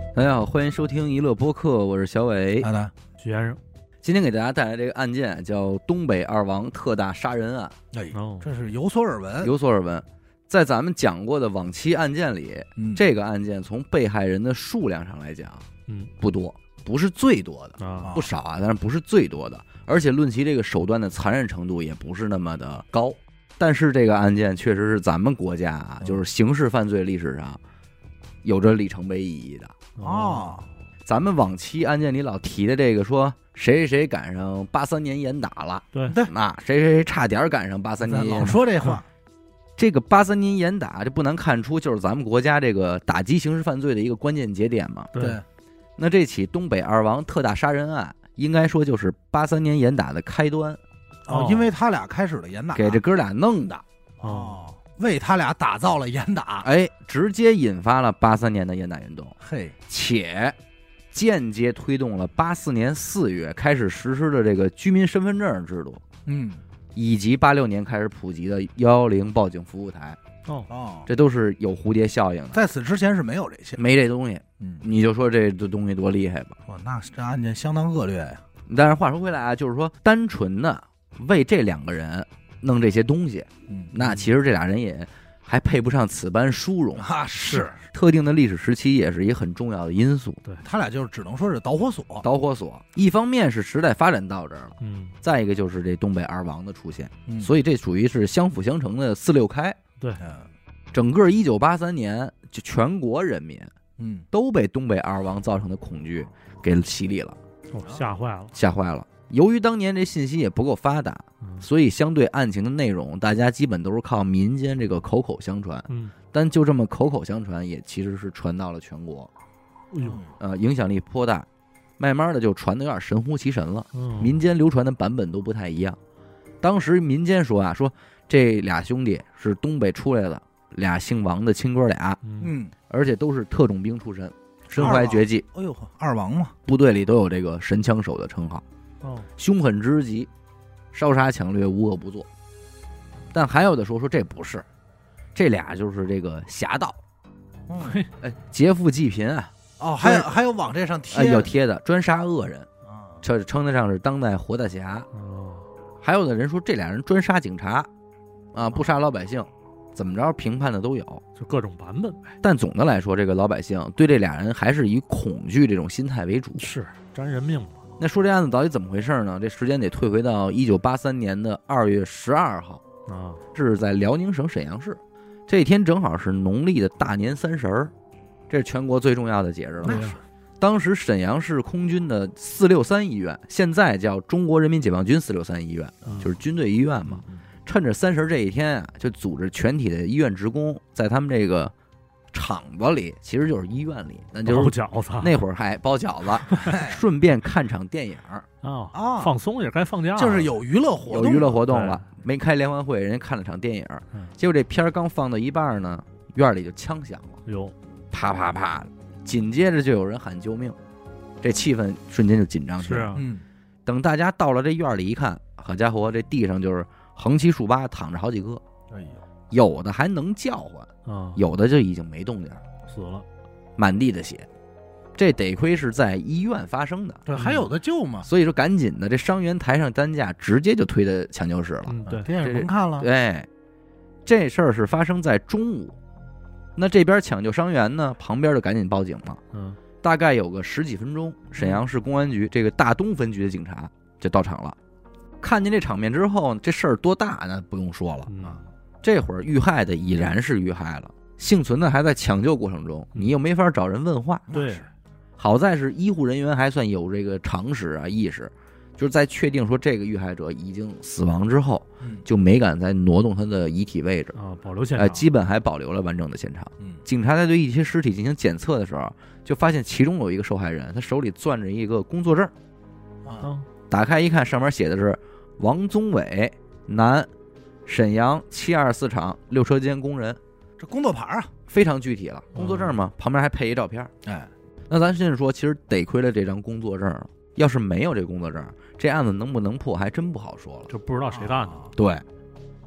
大家好，欢迎收听娱乐播客，我是小伟。 好的， 徐先生， 今天给大家带来这个案件叫东北二王特大杀人案。 这是有所耳闻， 有所耳闻。在咱们讲过的往期案件里，这个案件从被害人的数量上来讲，不多，不是最多的啊，不少啊，但是不是最多的。而且论其这个手段的残忍程度，也不是那么的高。但是这个案件确实是咱们国家啊，就是刑事犯罪历史上有着里程碑意义的哦。 咱们往期案件里老提的这个说谁谁赶上83年严打了， 对， 那谁谁差点赶上83年严打， 老说这话。 这个83年严打，这不难看出就是咱们国家这个打击刑事犯罪的一个关键节点嘛。 对。 那这起东北二王特大杀人案，应该说就是83年严打的开端。 哦，因为他俩开始了严打， 给这哥俩弄的。 哦，为他俩打造了严打， 直接引发了83年的严打运动。 嘿， 且间接推动了84年4月开始实施的这个居民身份证制度。以及86年开始普及的110报警服务台。这都是有蝴蝶效应的。 在此之前是没有这些， 没这东西。你就说这东西多厉害吧。 那这案件相当恶劣呀。 但是话说回来啊，就是说单纯的为这两个人弄这些东西，那其实这俩人也还配不上此般殊荣啊。是特定的历史时期，也是一个很重要的因素。 对他俩就是只能说是导火索。 导火索，一方面是时代发展到这儿了，再一个就是这东北二王的出现，所以这属于是相辅相成的4、6开。 对， 整个1983年，就全国人民，都被东北二王造成的恐惧给洗礼了， 吓坏了， 吓坏了。由于当年这信息也不够发达，所以相对案情的内容，大家基本都是靠民间这个口口相传。但就这么口口相传，也其实是传到了全国，影响力颇大，慢慢的就传的有点神乎其神了。民间流传的版本都不太一样。当时民间说啊，说这俩兄弟是东北出来的俩姓王的亲哥俩，而且都是特种兵出身，身怀绝技。 哎呦，二王嘛， 部队里都有这个神枪手的称号。凶狠之极，烧杀抢掠无恶不作。但还有的说这不是，这俩就是这个侠盗，劫富济贫啊。 还有往这上贴， 有贴的，专杀恶人，这称得上是当代活大侠。还有的人说这俩人专杀警察啊，不杀老百姓，怎么着评判的都有， 就各种版本呗。 但总的来说，这个老百姓对这俩人还是以恐惧这种心态为主， 是沾人命嘛。 那说这案子到底怎么回事呢？这时间得退回到1983年的2月12号是在辽宁省沈阳市。这一天正好是农历的大年30，这是全国最重要的节日了。当时沈阳市空军的463医院，现在叫中国人民解放军463医院，就是军队医院嘛。趁着30这一天啊，就组织全体的医院职工在他们这个厂子里，其实就是医院里，那就是包饺子。 那会儿还包饺子，顺便看场电影放松也该放假了， 就是有娱乐活动， 有娱乐活动了。没开联欢会，人家看了场电影，结果这片刚放到一半呢，院里就枪响了，啪啪啪的，紧接着就有人喊救命，这气氛瞬间就紧张起来了。等大家到了这院里一看，好家伙，这地上就是横七竖八躺着好几个，有的还能叫唤，有的就已经没动静， 死了， 满地的血。这得亏是在医院发生的， 对，还有的救嘛。 所以说赶紧的，这伤员抬上担架，直接就推到抢救室了。 对， 电影甭看了。 对，这事儿是发生在中午。那这边抢救伤员呢，旁边就赶紧报警了。大概有个10几分钟，沈阳市公安局这个大东分局的警察就到场了。看见这场面之后，这事儿多大呢？不用说了。这会儿遇害的已然是遇害了，幸存的还在抢救过程中，你又没法找人问话。 对。 好在是医护人员还算有这个常识啊意识，就是在确定说这个遇害者已经死亡之后，就没敢再挪动他的遗体位置保留现场， 基本还保留了完整的现场。警察在对一些尸体进行检测的时候，就发现其中有一个受害人，他手里攥着一个工作证，打开一看，上面写的是王宗伟，男，沈阳724厂6车间工人， 这工作牌啊， 非常具体了，工作证嘛，旁边还配一照片。那咱现在说，其实得亏了这张工作证了，要是没有这工作证，这案子能不能破还真不好说了， 就不知道谁干的。 对，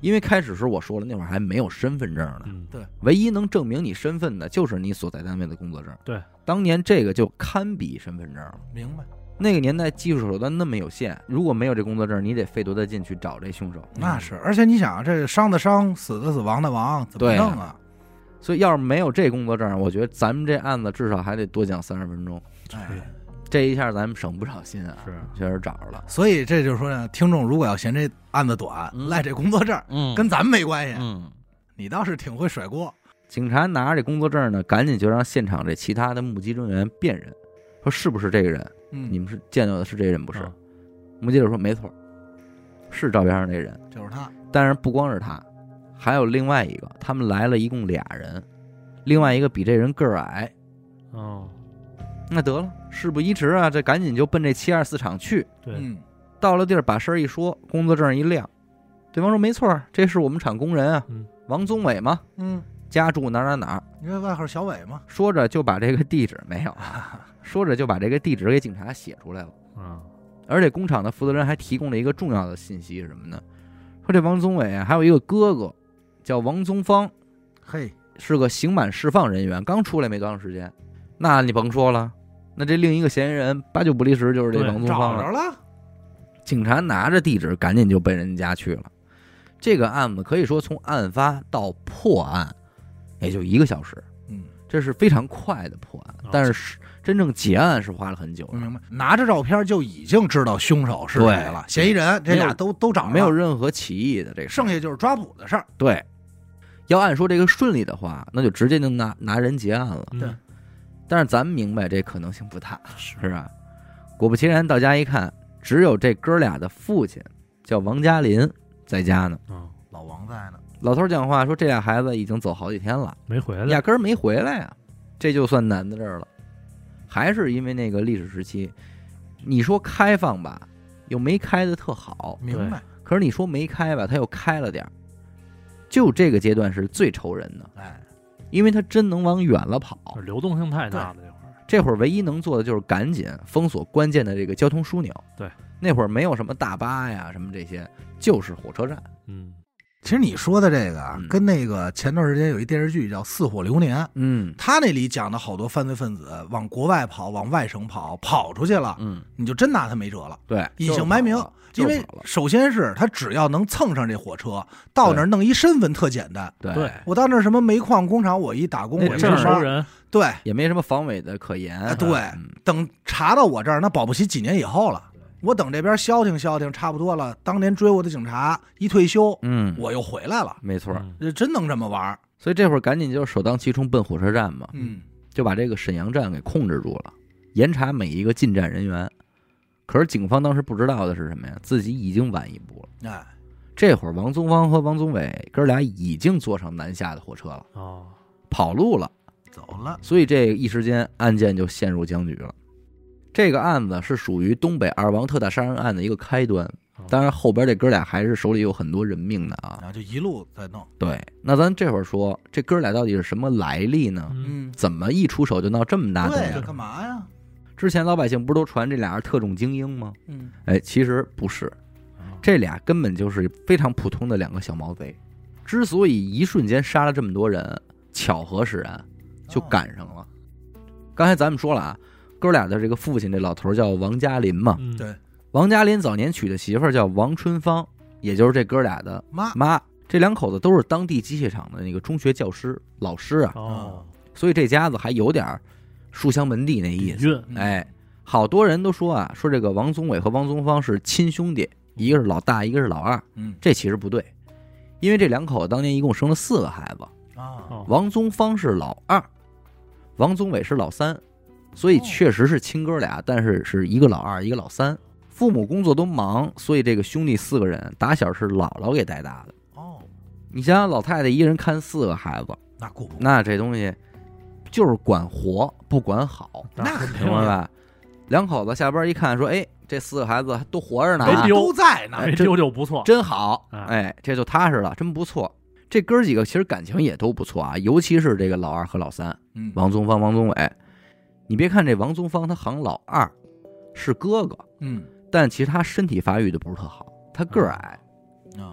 因为开始时我说了，那会儿还没有身份证呢。 对， 唯一能证明你身份的就是你所在单位的工作证。 对， 当年这个就堪比身份证了。 明白。 那个年代技术手段那么有限，如果没有这工作证，你得费多大劲去找这凶手。 那是，而且你想，这伤的伤，死的死，亡的亡，怎么弄啊？ 所以要是没有这工作证，我觉得咱们这案子至少还得多讲30分钟。 哎， 这一下咱们省不少心啊， 是确实找着了。 所以这就是说呢，听众如果要嫌这案子短，赖这工作证，跟咱们没关系。你倒是挺会甩锅。 警察拿着这工作证呢，赶紧就让现场这其他的目击人员辨认，说是不是这个人？你们是见到的是这人不是？目击者说没错，是照片上这人， 就是他。 但是不光是他，还有另外一个，他们来了一共俩人，另外一个比这人个儿矮。那得了，事不宜迟啊，这赶紧就奔这724厂去。 对， 到了地儿把事儿一说，工作证一亮，对方说没错，这是我们厂工人啊，王宗伟嘛，家住哪儿哪儿哪儿， 你这外号小伟嘛。 说着就把这个地址没有，说着就把这个地址给警察写出来了。而且工厂的负责人还提供了一个重要的信息是什么呢？说这王宗伟啊，还有一个哥哥叫王宗芳， 嘿， 是个刑满释放人员，刚出来没多长时间。那你甭说了，那这另一个嫌疑人8九不离十就是这王宗芳了。 找着了。 警察拿着地址赶紧就奔人家去了。这个案子可以说从案发到破案也就1个小时，这是非常快的破案，但是真正结案是花了很久。 明白？拿着照片就已经知道凶手是谁了，嫌疑人这俩都找着了， 没有任何起义的这个， 剩下就是抓捕的事儿。 对，要按说这个顺利的话，那就直接就拿人结案了。 对， 但是咱们明白这可能性不大，是吧？果不其然，到家一看，只有这哥俩的父亲叫王嘉林在家呢。 老王在呢。 老头讲话说，这俩孩子已经走好几天了， 没回来， 压根儿没回来呀。这就算难在这儿了，还是因为那个历史时期，你说开放吧，又没开的特好， 明白？ 可是你说没开吧，他又开了点儿。就这个阶段是最愁人的，因为他真能往远了跑， 流动性太大了。 这会儿唯一能做的就是赶紧封锁关键的这个交通枢纽。 对， 那会儿没有什么大巴呀，什么这些，就是火车站。 其实你说的这个跟那个前段时间有一电视剧叫《似火流年》，他那里讲的好多犯罪分子往国外跑，往外省跑出去了，你就真拿他没辙了。 对， 隐姓埋名，因为首先是他只要能蹭上这火车，到那儿弄一身份特简单。 对， 我到那儿什么煤矿工厂，我一打工，我一上班，对， 也没什么防伪的可言。 对，等查到我这儿，那保不齐几年以后了。我等这边消停消停，差不多了。当年追我的警察一退休，我又回来了。 没错， 真能这么玩。 所以这会儿赶紧就首当其冲奔火车站嘛，就把这个沈阳站给控制住了，严查每一个进站人员。可是警方当时不知道的是什么呀？自己已经晚一步了。这会儿王宗芳和王宗伟哥俩已经坐上南下的火车了，跑路了， 走了。 所以这一时间案件就陷入僵局了。这个案子是属于东北2王特大杀人案的一个开端，当然后边这哥俩还是手里有很多人命的啊， 就一路在弄。 对，那咱这会儿说这哥俩到底是什么来历呢？怎么一出手就闹这么大动静？ 干嘛呀？ 之前老百姓不是都传这俩是特种精英吗？其实不是，这俩根本就是非常普通的2个小毛贼。之所以一瞬间杀了这么多人，巧合使然，就赶上了。刚才咱们说了啊。哥俩的这个父亲，这老头叫王嘉林嘛。 对， 王嘉林早年娶的媳妇儿叫王春芳，也就是这哥俩的妈。这2口子都是当地机械厂的那个中学教师老师啊。所以这家子还有点书香门第那意思。好多人都说啊，说这个王宗伟和王宗芳是亲兄弟，一个是老大，一个是老二。这其实不对，因为这2口子当年一共生了4个孩子。王宗芳是老二，王宗伟是老三。所以确实是亲哥俩，但是是一个老二，一个老三。父母工作都忙，所以这个兄弟4个人打小是姥姥给带大的。你想想，老太太一个人看4个孩子，那这东西就是管活不管好， 那肯定明白吧？2口子下班一看，说：“哎，这4个孩子都活着呢， 都在呢， 没丢就不错， 真好。”这就踏实了，真不错。这哥几个其实感情也都不错啊，尤其是这个老二和老三，王宗芳、王宗伟。你别看这王宗芳他行老二是哥哥，但其实他身体发育的不是特好，他个儿矮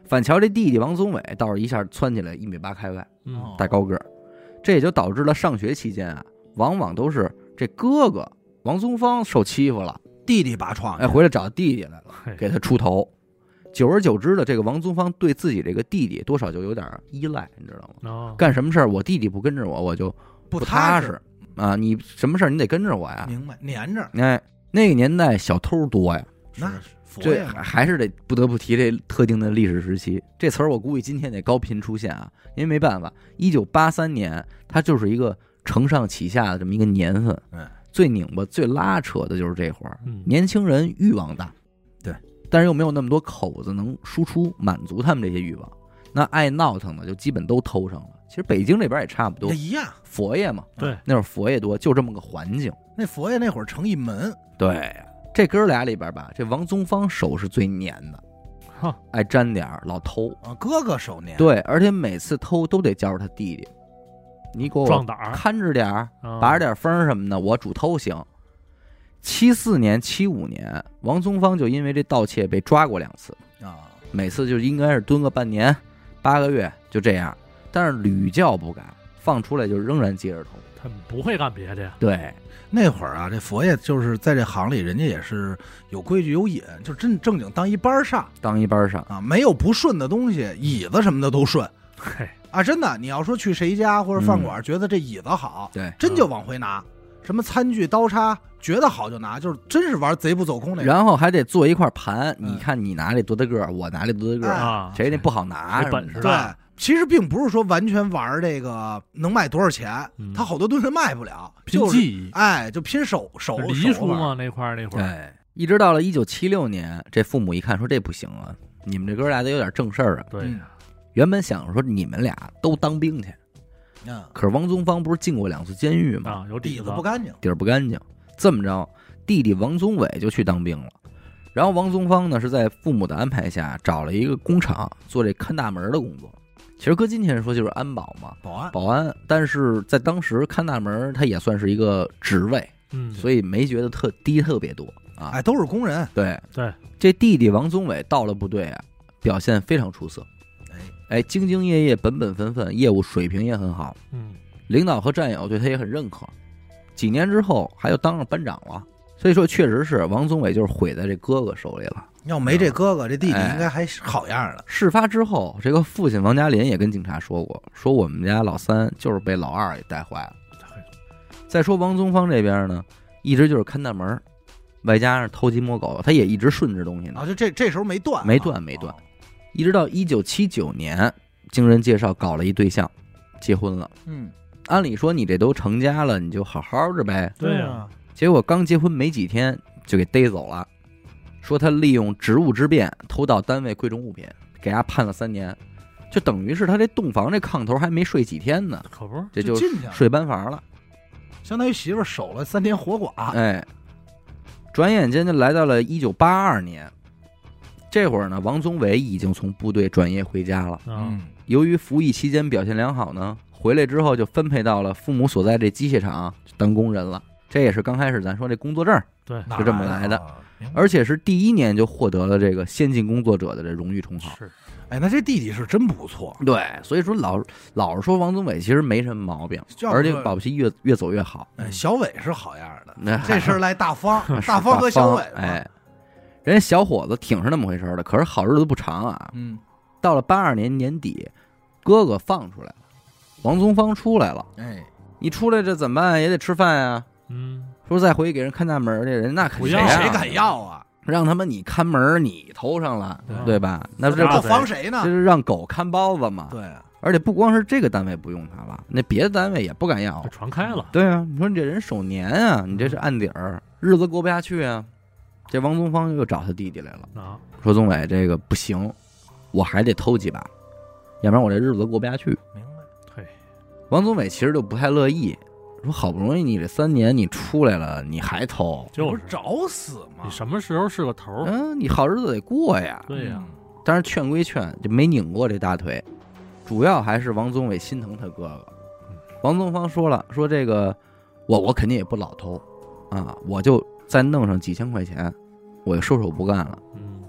反乔这弟弟王宗伟倒是一下窜起来1.8米开外，大高个儿，这也就导致了上学期间啊，往往都是这哥哥王宗芳受欺负了， 弟弟拔创， 回来找弟弟来了，给他出头。久而久之的，这个王宗芳对自己这个弟弟多少就有点依赖，你知道吗？干什么事儿我弟弟不跟着我，我就不踏实啊！你什么事儿你得跟着我呀？ 明白，黏着。 哎，那个年代小偷多呀， 那这还是得不得不提这特定的历史时期。这词儿我估计今天得高频出现啊，因为没办法，1983年它就是一个承上启下的这么一个年份。最拧巴、最拉扯的就是这会儿，年轻人欲望大， 对， 但是又没有那么多口子能输出满足他们这些欲望，那爱闹腾的就基本都偷上了。其实北京这边也差不多， 一样， 佛爷嘛， 对， 那会儿佛爷多，就这么个环境。 那佛爷那会儿成一门， 对，这哥俩里边吧，这王宗芳手是最黏的，爱沾点老偷啊，哥哥手黏， 对，而且每次偷都得叫着他弟弟。你给我壮胆儿， 看着点儿，拔着点风什么的，我主偷行。74年、75年，王宗芳就因为这盗窃被抓过2次啊，每次就应该是蹲个半年、8个月，就这样。但是屡教不改，放出来就仍然接着偷。 他们不会干别的呀。 对， 那会儿啊，这佛爷就是在这行里，人家也是有规矩有瘾，就正经当一班上，啊，没有不顺的东西，椅子什么的都顺。 嘿。 啊，真的，你要说去谁家或者饭馆，觉得这椅子好， 对， 真就往回拿。什么餐具、刀叉，觉得好就拿，就是真是玩贼不走空那。 然后还得做一块盘，你看你拿这多大个，我拿这多大个，谁那不好拿， 本事。 对，其实并不是说完全玩这个能卖多少钱，他好多东西卖不了， 拼技艺， 哎，就拼手梨树嘛那块那会儿。 哎，一直到了1976年，这父母一看说这不行啊，你们这哥俩得有点正事儿啊。 对。 原本想说你们俩都当兵去，可是王宗芳不是进过2次监狱吗？ 有底子不干净， 底儿不干净。这么着，弟弟王宗伟就去当兵了。然后王宗芳呢是在父母的安排下找了一个工厂做这看大门的工作。其实搁今天说就是安保嘛，保安。但是在当时看大门他也算是一个职位，所以没觉得特别多啊。 哎，都是工人。 对， 这弟弟王宗伟到了部队啊，表现非常出色。哎，兢兢业业，本本分分，业务水平也很好。领导和战友对他也很认可。几年之后，还又当上班长了。所以说，确实是王宗伟就是毁在这哥哥手里了。 要没这哥哥，这弟弟应该还好样的。 事发之后，这个父亲王家林也跟警察说过，说我们家老三就是被老二给带坏了。再说王宗芳这边呢，一直就是看大门，外加上偷鸡摸狗，他也一直顺着东西呢。 啊，就这时候没断， 没断。一直到1979年，经人介绍搞了一对象，结婚了。按理说你这都成家了，你就好好着呗。 对啊。 结果刚结婚没几天就给逮走了，说他利用职务之便偷盗单位贵重物品，给他判了3年，就等于是他这洞房这炕头还没睡几天呢， 可不， 这就睡班房了， 相当于媳妇守了3天活寡。 哎，转眼间就来到了1982年。这会儿呢，王宗伟已经从部队转业回家了。由于服役期间表现良好呢，回来之后就分配到了父母所在这机械厂当工人了。这也是刚开始咱说这工作证， 对， 是这么来的。而且是第1年就获得了这个先进工作者的这荣誉称号。 是， 哎，那这弟弟是真不错。 对，所以说老是说王宗伟其实没什么毛病，而且保不齐越走越好。 哎，小伟是好样的，这事儿赖大方，大方和小伟。 哎。人家小伙子挺是那么回事的，可是好日子不长啊。到了82年年底，哥哥放出来了，王宗芳出来了。 哎， 你出来这怎么办？也得吃饭呀。说再回去给人看大门去，人那肯定谁敢要啊？ 让他们你看门，你头上了，对吧？那这不防谁呢？ 这是让狗看包子嘛。 对， 而且不光是这个单位不用他了，那别的单位也不敢要， 传开了。 对啊，你说你这人手黏啊，你这是案底儿，日子过不下去啊。这王宗芳又找他弟弟来了，说宗伟这个不行，我还得偷几把，要不然我这日子过不下去。 明白？ 嘿， 王宗伟其实就不太乐意，说好不容易你这3年你出来了，你还偷， 就是找死嘛！ 你什么时候是个头？ 你好日子得过呀。 对呀。 但是劝归劝，就没拧过这大腿，主要还是王宗伟心疼他哥哥。王宗芳说了，说这个我肯定也不老偷啊，我就再弄上几千块钱，我就收手不干了。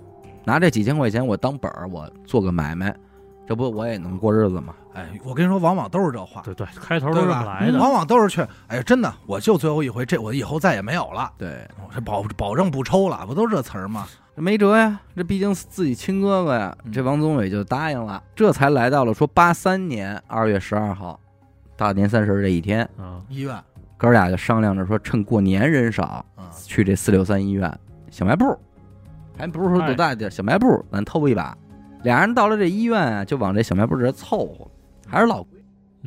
拿这几千块钱我当本儿，我做个买卖，这不我也能过日子吗？ 哎，我跟你说，往往都是这话。 对对，开头都是这么来的。 往往都是去，哎，真的，我就最后一回，这我以后再也没有了。 对， 我保证不抽了，不都这词儿吗？ 没辙呀，这毕竟自己亲哥哥呀。这王宗伟就答应了，这才来到了说83年2月12号，大年30这一天， 医院哥俩就商量着说，趁过年人少，去这463医院小卖部，还不是说多大点小卖部，咱偷一把。俩人到了这医院啊，就往这小卖部这凑合，还是老贵。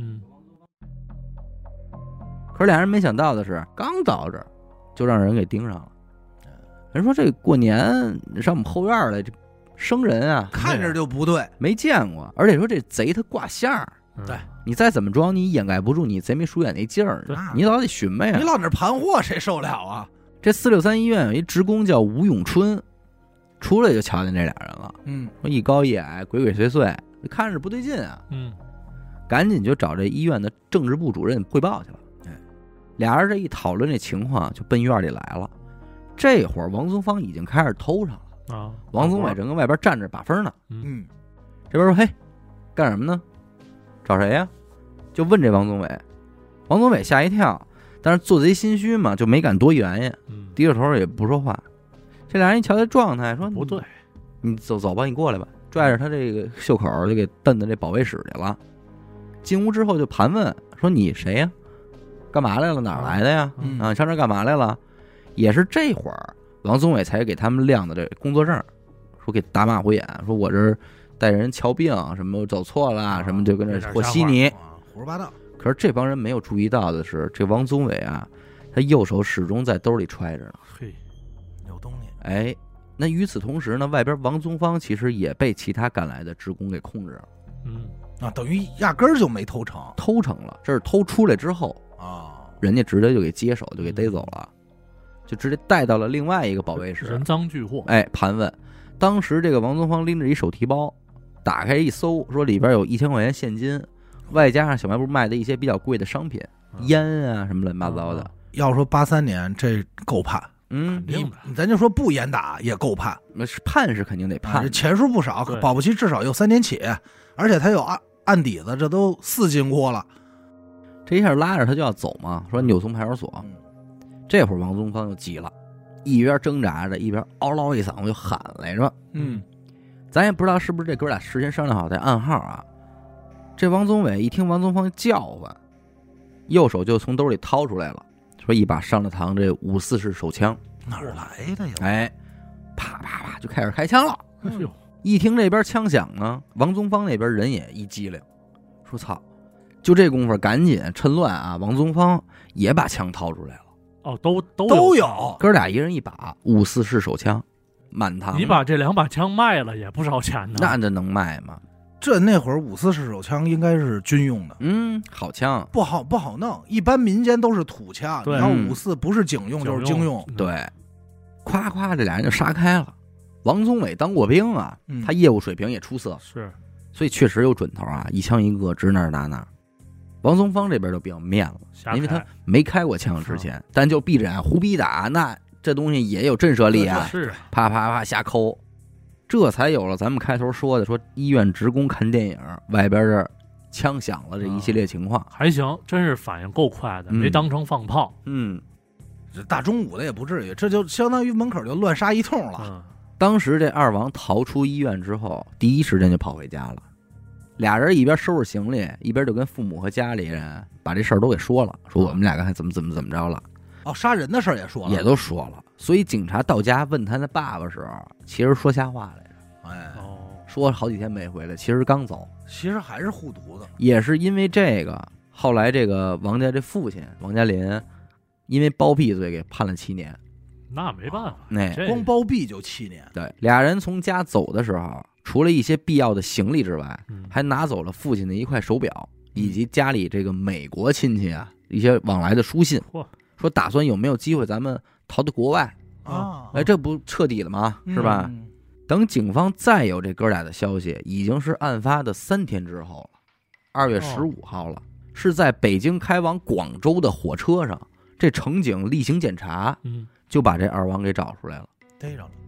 可是俩人没想到的是，刚到这儿就让人给盯上了。人说这过年上我们后院来，这生人啊， 看着就不对， 没见过。而且说这贼他挂相儿， 对你再怎么装，你掩盖不住你贼眉鼠眼那劲儿，你老得寻呗呀。 你老那盘货，谁受了啊？ 这463医院有一职工叫吴永春，出来就瞧见这俩人了。说一高一矮，鬼鬼祟祟，看着不对劲啊。赶紧就找这医院的政治部主任汇报去了。俩人这一讨论这情况，就奔院里来了。这会儿王宗芳已经开始偷上了啊！王宗伟正跟外边站着把风呢。这边说：“嘿，干什么呢？找谁呀？”就问这王宗伟。王宗伟吓一跳，但是做贼心虚嘛，就没敢多原因，低着头也不说话。这俩人一瞧这状态，说：“不对，你走吧，你过来吧。”拽着他这个袖口就给蹬到这保卫室去了。进屋之后就盘问说：“你谁呀？干嘛来了？哪儿来的呀？啊，上这干嘛来了？”也是这会儿，王宗伟才给他们亮的这工作证，说给打马虎眼，说我这带人瞧病，什么走错了，什么就跟这和稀泥， 胡说八道。 可是这帮人没有注意到的是，这王宗伟啊，他右手始终在兜里揣着呢。 嘿，有东西。 哎，那与此同时呢，外边王宗芳其实也被其他赶来的职工给控制了。 等于压根儿就没偷成， 偷成了。这是偷出来之后人家直接就给接手，就给逮走了。就直接带到了另外一个保卫室， 人赃俱获。 哎，盘问，当时这个王宗芳拎着一手提包，打开一搜，说里边有1000块钱现金，外加上小卖部卖的一些比较贵的商品，烟啊什么乱七八糟的。 要说83年这够判，咱就说不严打也够判， 那是判是肯定得判， 钱数不少，保不齐至少有3年起，而且他有案底子，这都4进锅了。 这一下拉着他就要走嘛，说你就从派出所。这会儿王宗芳就急了，一边挣扎着，一边嗷唠一嗓子就喊来着。咱也不知道是不是这哥俩事先商量好在暗号啊。这王宗伟一听王宗芳叫唤，右手就从兜里掏出来了，说一把上了膛这5.4式手枪。 哪儿来的呀？ 哎，啪啪啪就开始开枪了。一听这边枪响呢，王宗芳那边人也一激灵，说操！就这功夫赶紧趁乱啊，王宗芳也把枪掏出来了。 都有， 哥俩一人一把5.4式手枪，满膛。 你把这2把枪卖了也不少钱呢。 那这能卖吗？ 这那会儿5.4式手枪应该是军用的， 好枪， 不好弄。一般民间都是土枪，你要5.4不是警用就是军用。 对，夸夸这俩人就杀开了。王宗伟当过兵啊，他业务水平也出色， 是， 所以确实有准头啊，一枪一个，指哪打哪。王宗芳这边就比较面了，因为他没开过枪之前，但就闭着眼胡逼打，那这东西也有震慑力啊， 是啪啪啪瞎抠，这才有了咱们开头说的，说医院职工看电影，外边这枪响了这一系列情况。 还行，真是反应够快的，没当成放炮。 这大中午的也不至于，这就相当于门口就乱杀一通了。 当时这二王逃出医院之后，第一时间就跑回家了。俩人一边收拾行李，一边就跟父母和家里人把这事儿都给说了，说我们俩刚才怎么着了。 杀人的事儿也说了， 也都说了。所以警察到家问他的爸爸时候，其实说瞎话来着。说好几天没回来，其实刚走， 其实还是护犊子。 也是因为这个，后来这个王家这父亲王家林，因为包庇罪给判了7年。 那没办法， 光包庇就7年。 对，俩人从家走的时候，除了一些必要的行李之外，还拿走了父亲的一块手表，以及家里这个美国亲戚啊一些往来的书信，说打算有没有机会咱们逃到国外啊？哎，这不彻底了吗？是吧？等警方再有这哥俩的消息，已经是案发的3天之后了，2月15号了，是在北京开往广州的火车上，这乘警例行检查，就把这二王给找出来了， 逮着了。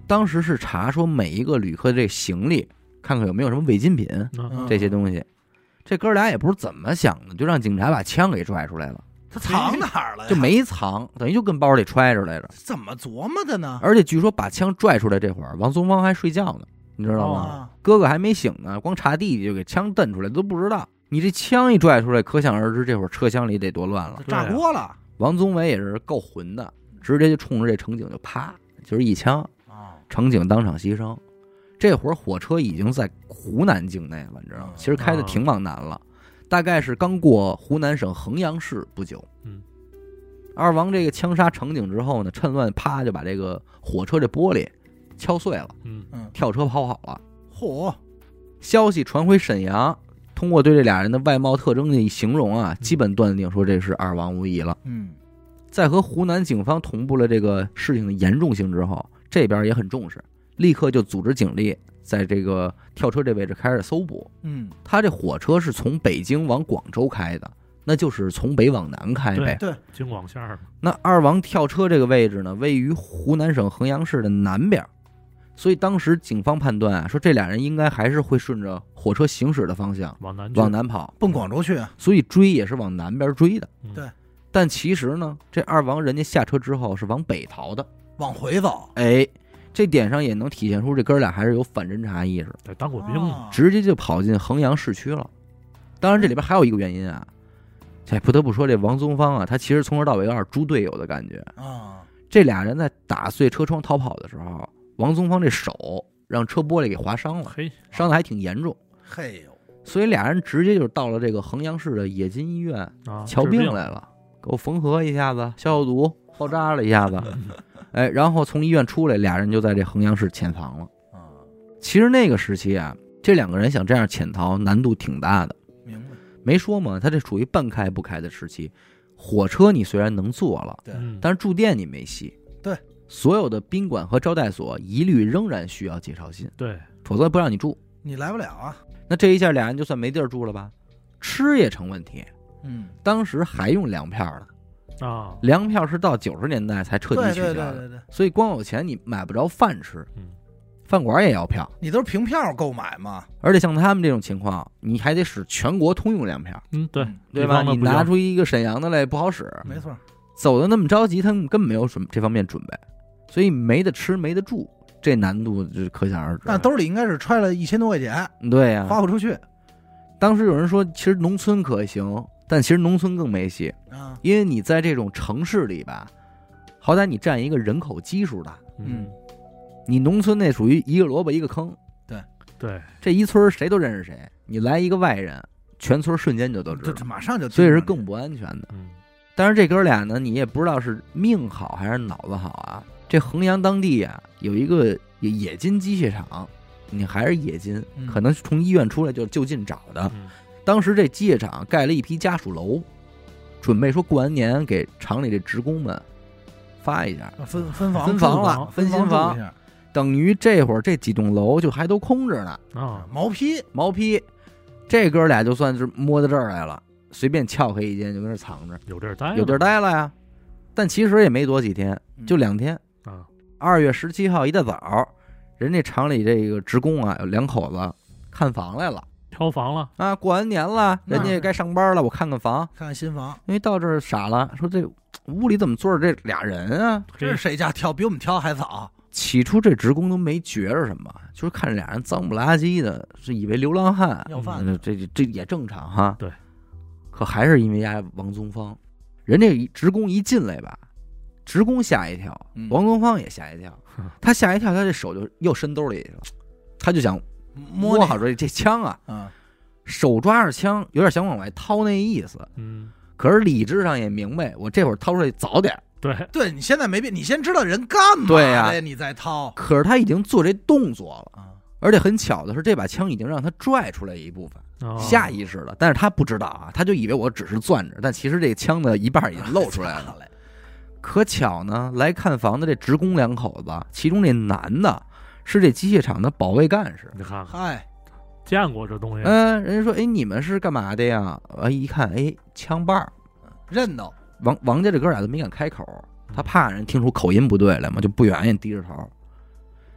当时是查说每一个旅客这行李，看看有没有什么违禁品这些东西。这哥俩也不是怎么想的，就让警察把枪给拽出来了。 他藏哪儿了呀？ 就没藏，等于就跟包里揣着来着。 怎么琢磨的呢？ 而且据说把枪拽出来这会儿，王宗芳还睡觉呢，你知道吗？哥哥还没醒呢，光查弟弟就给枪蹬出来，都不知道。你这枪一拽出来，可想而知这会儿车厢里得多乱了， 炸锅了。 王宗伟也是够混的，直接就冲着这乘警就啪就是一枪，乘警当场牺牲。这会儿火车已经在湖南境内了，你知道吗？其实开的挺往南了。大概是刚过湖南省衡阳市不久。二王这个枪杀乘警之后呢，趁乱啪就把这个火车这玻璃敲碎了，跳车跑了。 嚯！ 消息传回沈阳，通过对这俩人的外貌特征的一形容啊，基本断定说这是二王无疑了。在和湖南警方同步了这个事情的严重性之后，这边也很重视，立刻就组织警力在这个跳车这位置开始搜捕。他这火车是从北京往广州开的，那就是从北往南开呗。 对， 京广线。 那二王跳车这个位置呢，位于湖南省衡阳市的南边，所以当时警方判断啊，说这俩人应该还是会顺着火车行驶的方向往南跑， 奔广州去， 所以追也是往南边追的。 对， 但其实呢，这二王人家下车之后是往北逃的， 往回走。 这点上也能体现出这哥俩还是有反侦查意识， 对，当过兵， 直接就跑进衡阳市区了。当然，这里边还有一个原因啊，不得不说这王宗芳啊，他其实从头到尾有点猪队友的感觉啊。这俩人在打碎车窗逃跑的时候，王宗芳这手让车玻璃给划伤了，伤的还挺严重。所以俩人直接就到了这个衡阳市的冶金医院瞧病来了，给我缝合一下子，消消毒，包扎了一下子。然后从医院出来，俩人就在这衡阳市潜藏了。其实那个时期啊，这两个人想这样潜逃难度挺大的。 明白？ 没说嘛，他这属于半开不开的时期。火车你虽然能坐了， 对， 但是住店你没戏。 对， 所有的宾馆和招待所一律仍然需要介绍信， 对， 否则不让你住， 你来不了啊。 那这一下俩人就算没地儿住了吧？吃也成问题。当时还用粮票呢。粮票是到90年代才彻底取消的， 对， 所以光有钱你买不着饭吃，饭馆也要票， 你都是凭票购买嘛。 而且像他们这种情况，你还得使全国通用粮票， 对吧？你拿出一个沈阳的来不好使， 没错。 走的那么着急，他们根本没有这方面准备，所以没得吃没得住，这难度就可想而知。 那兜里应该是揣了1000多块钱， 对呀， 花不出去。 当时有人说，其实农村可行。但其实农村更没戏，因为你在这种城市里吧，好歹你占一个人口基数大，你农村那属于一个萝卜一个坑， 对， 这一村谁都认识谁，你来一个外人，全村瞬间就都知道， 马上就， 所以是更不安全的。但是这哥俩呢，你也不知道是命好还是脑子好啊。这衡阳当地啊，有一个冶金机械厂，你还是冶金，可能从医院出来就近找的。当时这机械厂盖了一批家属楼，准备说过完年给厂里这职工们发一下， 分房了，分新房，等于这会儿这几栋楼就还都空着呢。 毛坯，这哥俩就算是摸到这儿来了，随便撬开一间就跟这藏着， 有地儿待了呀。但其实也没多几天，就2天。2月17号一大早，人家厂里这个职工啊，有2口子看房来了。 挑房了啊！过完年了，人家也该上班了，我看看房， 看看新房。 因为到这儿傻了，说这屋里怎么坐着这俩人啊？ 这是谁家挑？比我们挑还早。 起初这职工都没觉着什么，就是看着俩人脏不拉几的，是以为流浪汉要饭。 这也正常哈。 对。 可还是因为家王宗芳，人家职工一进来吧，职工吓一跳，王宗芳也吓一跳。他吓一跳，他这手就又伸兜里去了，他就想。摸好这枪啊，手抓着枪，有点想往外掏那意思。可是理智上也明白，我这会儿掏出来早点。 对，你现在没变，你先知道人干嘛对呀， 你再掏。 可是他已经做这动作了，而且很巧的是，这把枪已经让他拽出来一部分，下意识了。但是他不知道啊，他就以为我只是攥着，但其实这枪的一半已经露出来了。可巧呢，来看房的这职工2口子，其中这男的。是这机械厂的保卫干事， 你看， 嗨， 见过这东西。 人家说，你们是干嘛的呀？一看，枪把儿， 认到。 王家这哥俩都没敢开口，他怕人听出口音不对来嘛，就不愿意低着头。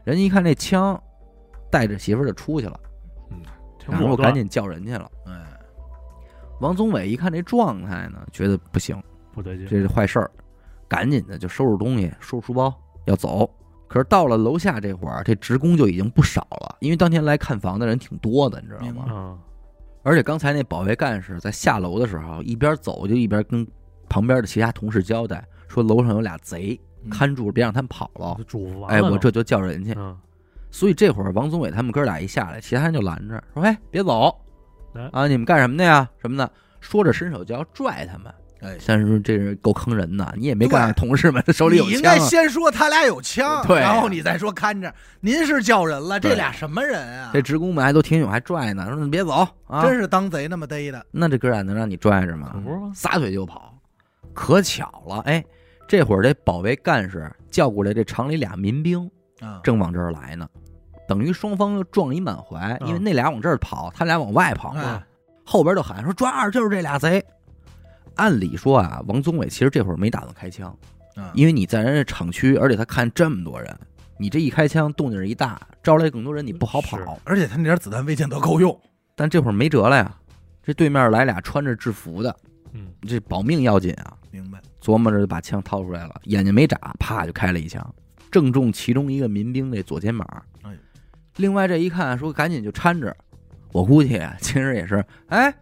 人家一看这枪，带着媳妇儿就出去了，然后赶紧叫人去了。王宗伟一看这状态呢，觉得不行， 不对劲， 这是坏事儿，赶紧的就收拾东西，收拾书包要走。可是到了楼下这会儿，这职工就已经不少了，因为当天来看房的人挺多的，你知道吗？而且刚才那保卫干事在下楼的时候，一边走就一边跟旁边的其他同事交代，说楼上有俩贼，看住别让他们跑了。我这就叫人去。所以这会儿王宗伟他们哥俩一下来，其他人就拦着说：“哎，别走啊！你们干什么的呀？什么的？”说着伸手就要拽他们。但是这人够坑人的，你也没干同事们，他手里有枪。 你应该先说他俩有枪， 对， 然后你再说看着。您是叫人了，这俩什么人啊？ 这职工们还都挺勇，还拽呢，说你别走啊！ 真是当贼那么逮的。 那这哥俩能让你拽着吗？撒腿就跑。可巧了，这会儿这保卫干事叫过来这厂里俩民兵，正往这儿来呢，等于双方又撞一满怀，因为那俩往这儿跑，他俩往外跑，后边就喊说抓就是这俩贼。按理说啊，王宗伟其实这会儿没打算开枪，因为你在人家厂区，而且他看这么多人，你这一开枪动静一大，招来更多人，你不好跑。 而且他那点子弹未见得够用。 但这会儿没辙了呀，这对面来俩穿着制服的，这保命要紧啊。 明白。 琢磨着就把枪掏出来了，眼睛没眨，啪就开了一枪，正中其中一个民兵这左肩膀。另外这一看说赶紧就搀着，我估计其实也是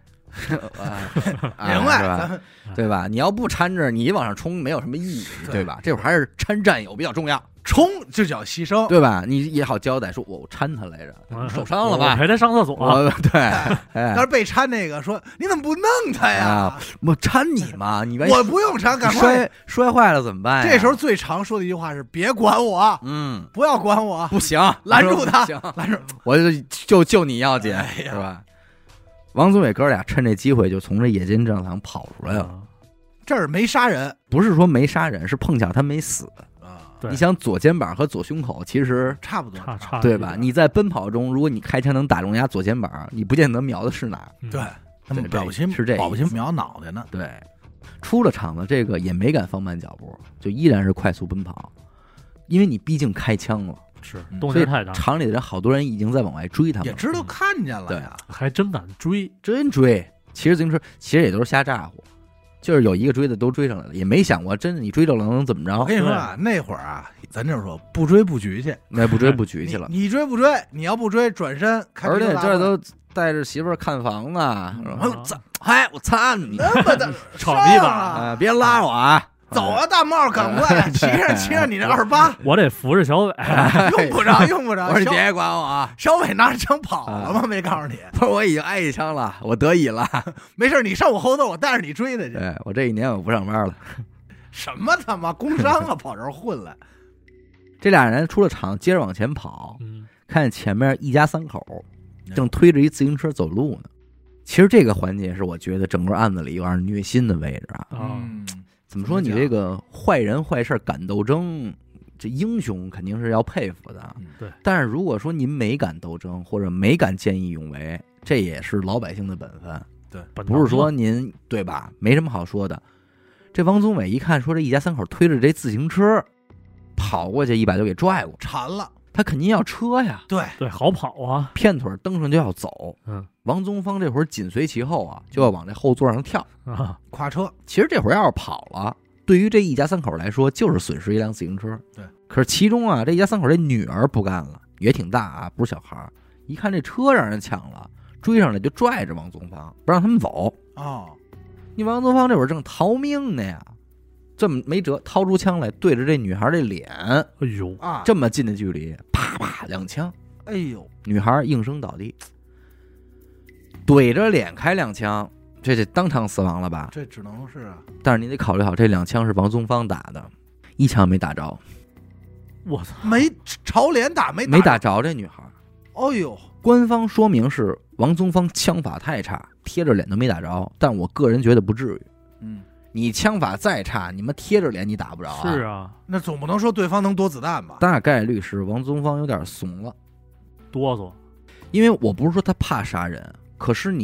明白，咱们对吧？你要不搀着，你往上冲没有什么意义，对吧？这会儿还是搀战友比较重要， 冲就叫牺牲， 对吧？你也好交代，说我搀他来着，受伤了吧？ 我陪他上厕所。 对， 要是被搀那个说你怎么不弄他呀？ 我搀你嘛，你我不用搀，赶快摔坏了怎么办？ 这时候最常说的一句话是别管我，不要管我， 不行， 拦住他， 拦住，我就救你要紧，是吧？王宗伟哥俩趁这机会就从这野间正堂跑出来了。 这儿没杀人， 不是说没杀人，是碰巧他没死啊。 你想左肩膀和左胸口其实差不多， 对吧？你在奔跑中，如果你开枪能打中人家左肩膀，你不见得瞄的是哪儿。 对，他们保不齐是这， 保不齐瞄脑袋呢。 对，出了场子，这个也没敢放慢脚步，就依然是快速奔跑，因为你毕竟开枪了。 是，动静太大， 厂里的人好多人已经在往外追他们， 也知道看见了呀， 还真敢追， 真追。骑着自行车，其实也都是瞎咋呼，就是有一个追的都追上来了，也没想过真的你追着了能怎么着。 我跟你说啊，那会儿啊，咱这说不追不局去， 那不追不局去了。 你追不追？你要不追，转身。 而且这都带着媳妇儿看房子，我操你， 那么的吵一把， 别拉我啊！ 走啊，大帽，赶快骑上你这28， 我得扶着小伟， 用不着。 我说你别管我啊！ 小伟拿着枪跑了吗？没告诉你。 不是，我已经挨一枪了，我得以了。 没事，你上我后头，我带着你追他去。 对，我这一年我不上班了。 什么他妈工伤啊，跑这儿混来。 这俩人出了厂，接着往前跑，看见前面一家3口正推着一自行车走路呢。其实这个环节是我觉得整个案子里有点虐心的位置啊。怎么说？你这个坏人坏事敢斗争，这英雄肯定是要佩服的。 对。 但是如果说您没敢斗争，或者没敢见义勇为，这也是老百姓的本分。 对， 不是说您对吧？没什么好说的。这王宗伟一看说这一家3口推着这自行车跑过去，一把就给拽过， 缠了。 他肯定要车呀。 对，好跑啊， 片腿蹬上就要走。王宗芳这会儿紧随其后啊，就要往这后座上跳跨车。 其实这会儿要是跑了，对于这一家3口来说就是损失一辆自行车。 对， 可是其中啊，这一家3口这女儿不干了，也挺大啊，不是小孩，一看这车让人抢了，追上来就拽着王宗芳，不让他们走。你王宗芳这会儿正逃命呢呀，这么没辙，掏出枪来对着这女孩这脸， 哎呦啊， 这么近的距离，啪啪2枪， 哎呦， 女孩应声倒地，怼着脸开2枪，这当场死亡了吧？ 这只能是啊。 但是你得考虑好，这2枪是王宗芳打的，1枪没打着。 我操， 没朝脸打，没打着这女孩。 哦呦， 官方说明是王宗芳枪法太差，贴着脸都没打着，但我个人觉得不至于。你枪法再差，你们贴着脸你打不着啊。 是啊， 那总不能说对方能躲子弹吧？ 大概率是王宗芳有点怂了， 哆嗦。 因为我不是说他怕杀人，可是你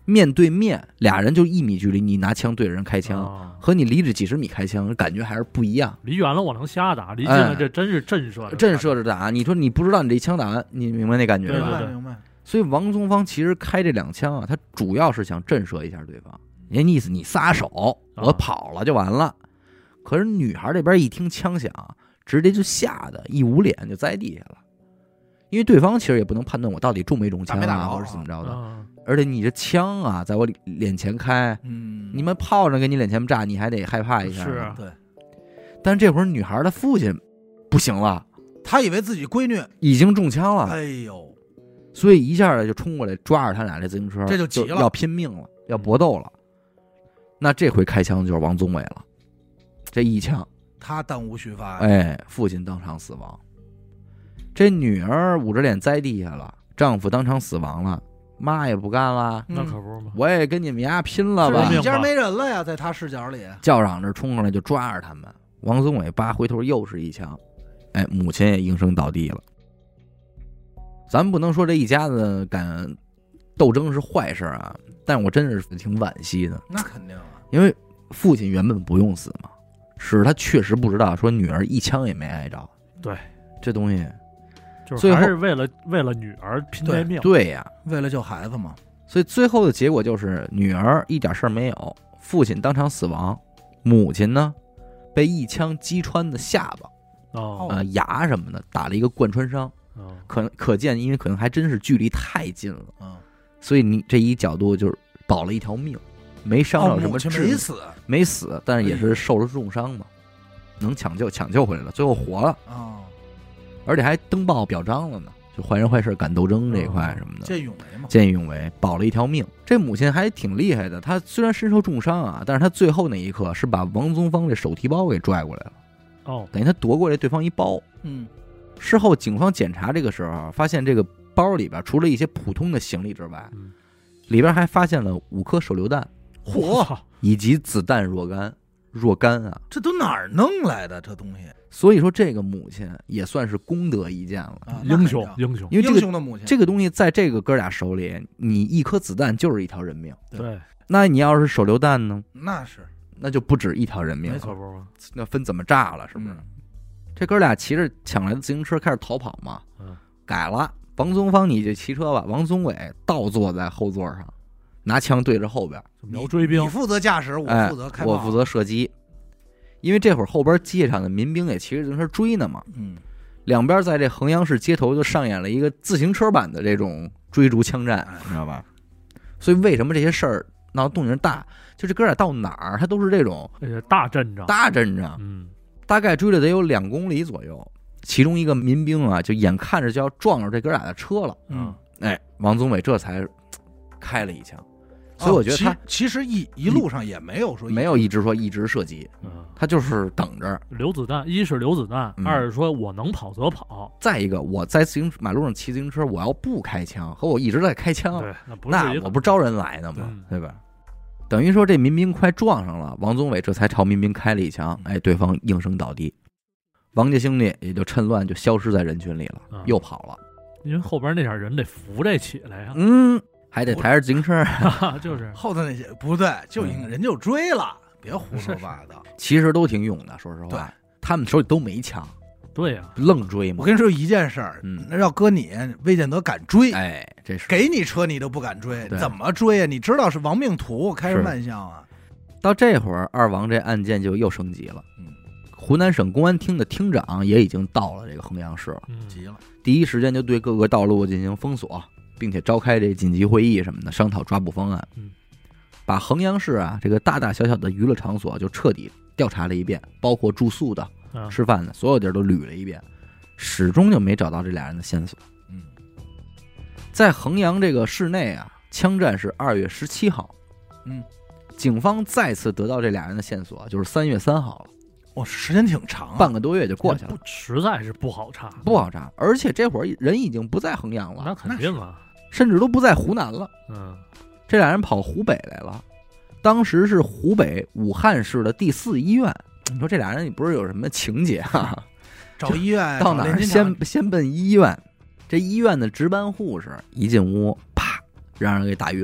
面对面俩人就1米距离，你拿枪对着人开枪，和你离着几十米开枪，感觉还是不一样。 离远了我能瞎打，离近了这真是震慑着打。你说你不知道你这枪打完，你明白那感觉吧？ 明白。 所以王宗芳其实开这2枪啊，他主要是想震慑一下对方，人意思你撒手，我跑了就完了。可是女孩这边一听枪响，直接就吓得一捂脸就栽地下了，因为对方其实也不能判断我到底中没中枪啊，或者怎么着的。而且你这枪啊，在我脸前开，你们炮仗给你脸前炸，你还得害怕一下。 是， 对。 但这会儿女孩的父亲不行了， 他以为自己闺女已经中枪了， 哎呦， 所以一下就冲过来抓着他俩这自行车， 这就急了， 要拼命了，要搏斗了。那这回开枪就是王宗伟了，这一枪他弹无虚发， 哎，父亲当场死亡，这女儿捂着脸栽地下了，丈夫当场死亡了。妈也不干了， 那可不嘛！ 我也跟你们家拼了吧！ 一家没人了呀，在他视角里， 叫嚷着冲上来就抓着他们。王宗伟扒回头又是一枪，哎，母亲也应声倒地了。咱们不能说这一家子敢斗争是坏事啊，但我真是挺惋惜的。 那肯定啊， 因为父亲原本不用死嘛，是他确实不知道，说女儿一枪也没挨着。 对， 这东西。 就是还是为了女儿拼这命， 对呀， 为了救孩子嘛。 所以最后的结果就是女儿一点事儿没有，父亲当场死亡，母亲呢被一枪击穿的下巴，牙什么的打了一个贯穿伤，可见，因为可能还真是距离太近了，所以你这一角度就是保了一条命，没伤到什么没死，但是也是受了重伤嘛，能抢救回来了，最后活了而且还登报表彰了呢，就坏人坏事敢斗争这一块什么的， 见义勇为嘛， 见义勇为，保了一条命。这母亲还挺厉害的，她虽然身受重伤啊，但是她最后那一刻是把王宗芳这手提包给拽过来了，等于她夺过来对方一包。事后警方检查这个时候，发现这个包里边除了一些普通的行李之外，里边还发现了5颗手榴弹，以及子弹若干啊！ 这都哪儿弄来的这东西？ 所以说，这个母亲也算是功德一件了， 英雄。 因为英雄的母亲， 这个东西在这个哥俩手里，你1颗子弹就是1条人命。 对， 那你要是手榴弹呢？ 那就不止1条人命了， 没错不？ 那分怎么炸了，是不是？这哥俩骑着抢来的自行车开始逃跑嘛，改了。王宗芳你就骑车吧，王宗伟倒坐在后座上，拿枪对着后边， 瞄追兵， 你负责驾驶，我负责开炮， 我负责射击。因为这会儿后边街上的民兵也骑着自行车追呢嘛，两边在这衡阳市街头就上演了一个自行车版的这种追逐枪战，你知道吧？所以为什么这些事儿闹动静大？就这哥俩到哪儿，他都是这种大阵仗， 大概追了得有2公里左右。其中一个民兵啊，就眼看着就要撞着这哥俩的车了，王宗伟这才开了一枪。所以我觉得他其实一路上也没有一直射击，他就是等着留子弹，一是留子弹，二是说我能跑则跑。 再一个，我在马路上骑自行车，我要不开枪，和我一直在开枪，那我不招人来的吗？对吧？等于说这民兵快撞上了，王宗伟这才朝民兵开了一枪，对方应声倒地，王家兄弟也就趁乱就消失在人群里了，又跑了。 因为后边那点人得扶这起来呀， 还得抬着自行车， 就是后头那些不对，就人就追了，别胡说八道。 其实都挺勇的，说实话，他们手里都没枪， 对呀， 愣追嘛。 我跟你说一件事儿，那要搁你，魏建德敢追， 这是给你车你都不敢追，怎么追啊？你知道是亡命徒，开什么玩笑啊？ 到这会儿，二王这案件就又升级了。湖南省公安厅的厅长也已经到了这个衡阳市了， 急了， 第一时间就对各个道路进行封锁。并且召开这紧急会议什么的，商讨抓捕方案。把衡阳市啊这个大大小小的娱乐场所就彻底调查了一遍，包括住宿的、吃饭的，所有地儿都捋了一遍，始终就没找到这俩人的线索。在衡阳这个市内啊，枪战是2月17号。警方再次得到这俩人的线索，就是3月3号了。 时间挺长， 半个多月就过去了， 实在是不好查。 而且这会儿人已经不在衡阳了， 那肯定啊， 甚至都不在湖南了。这俩人跑湖北来了，当时是湖北武汉市的第4医院。你说这俩人你不是有什么情节啊？ 找医院到哪儿先奔医院。这医院的值班护士一进屋，啪，让人给打晕了。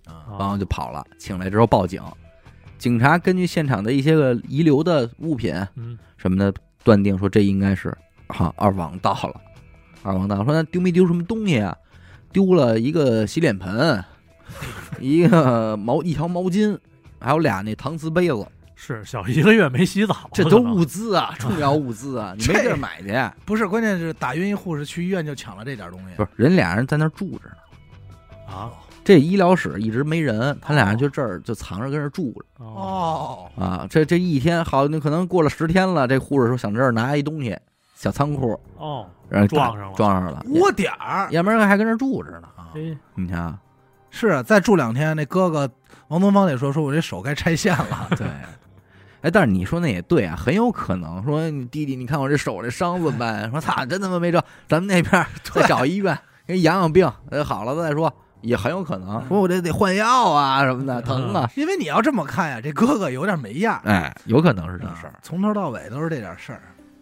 然后就跑了，请来之后报警，警察根据现场的一些个遗留的物品什么的，断定说这应该是二王到了。二王到说那丢没丢什么东西啊？丢了一个洗脸盆，一条毛巾，还有俩那搪瓷杯子。 是小1个月没洗澡， 这都物资啊，重要物资啊，你没地儿买去。 不是，关键是打晕一护士去医院就抢了这点东西。 不是，人俩人在那儿住着呢。 啊， 这医疗室一直没人，他俩人就这儿就藏着跟这住着。 哦啊，这一天好，那可能过了10天了，这护士说想这儿拿一东西，小仓库然后撞上了， 窝点儿， 要不然还跟这儿住着呢。你看， 是再住2天，那哥哥王东方得说我这手该拆线了。 对。但是你说那也对啊，很有可能说你弟弟，你看我这手这伤怎么办？说操，真他妈没辙，咱们那边再找医院给你养病，好了再说，也很有可能。说我这得换药啊什么的，疼啊。 因为你要这么看呀，这哥哥有点没样。 有可能是这事儿， 从头到尾都是这点事儿。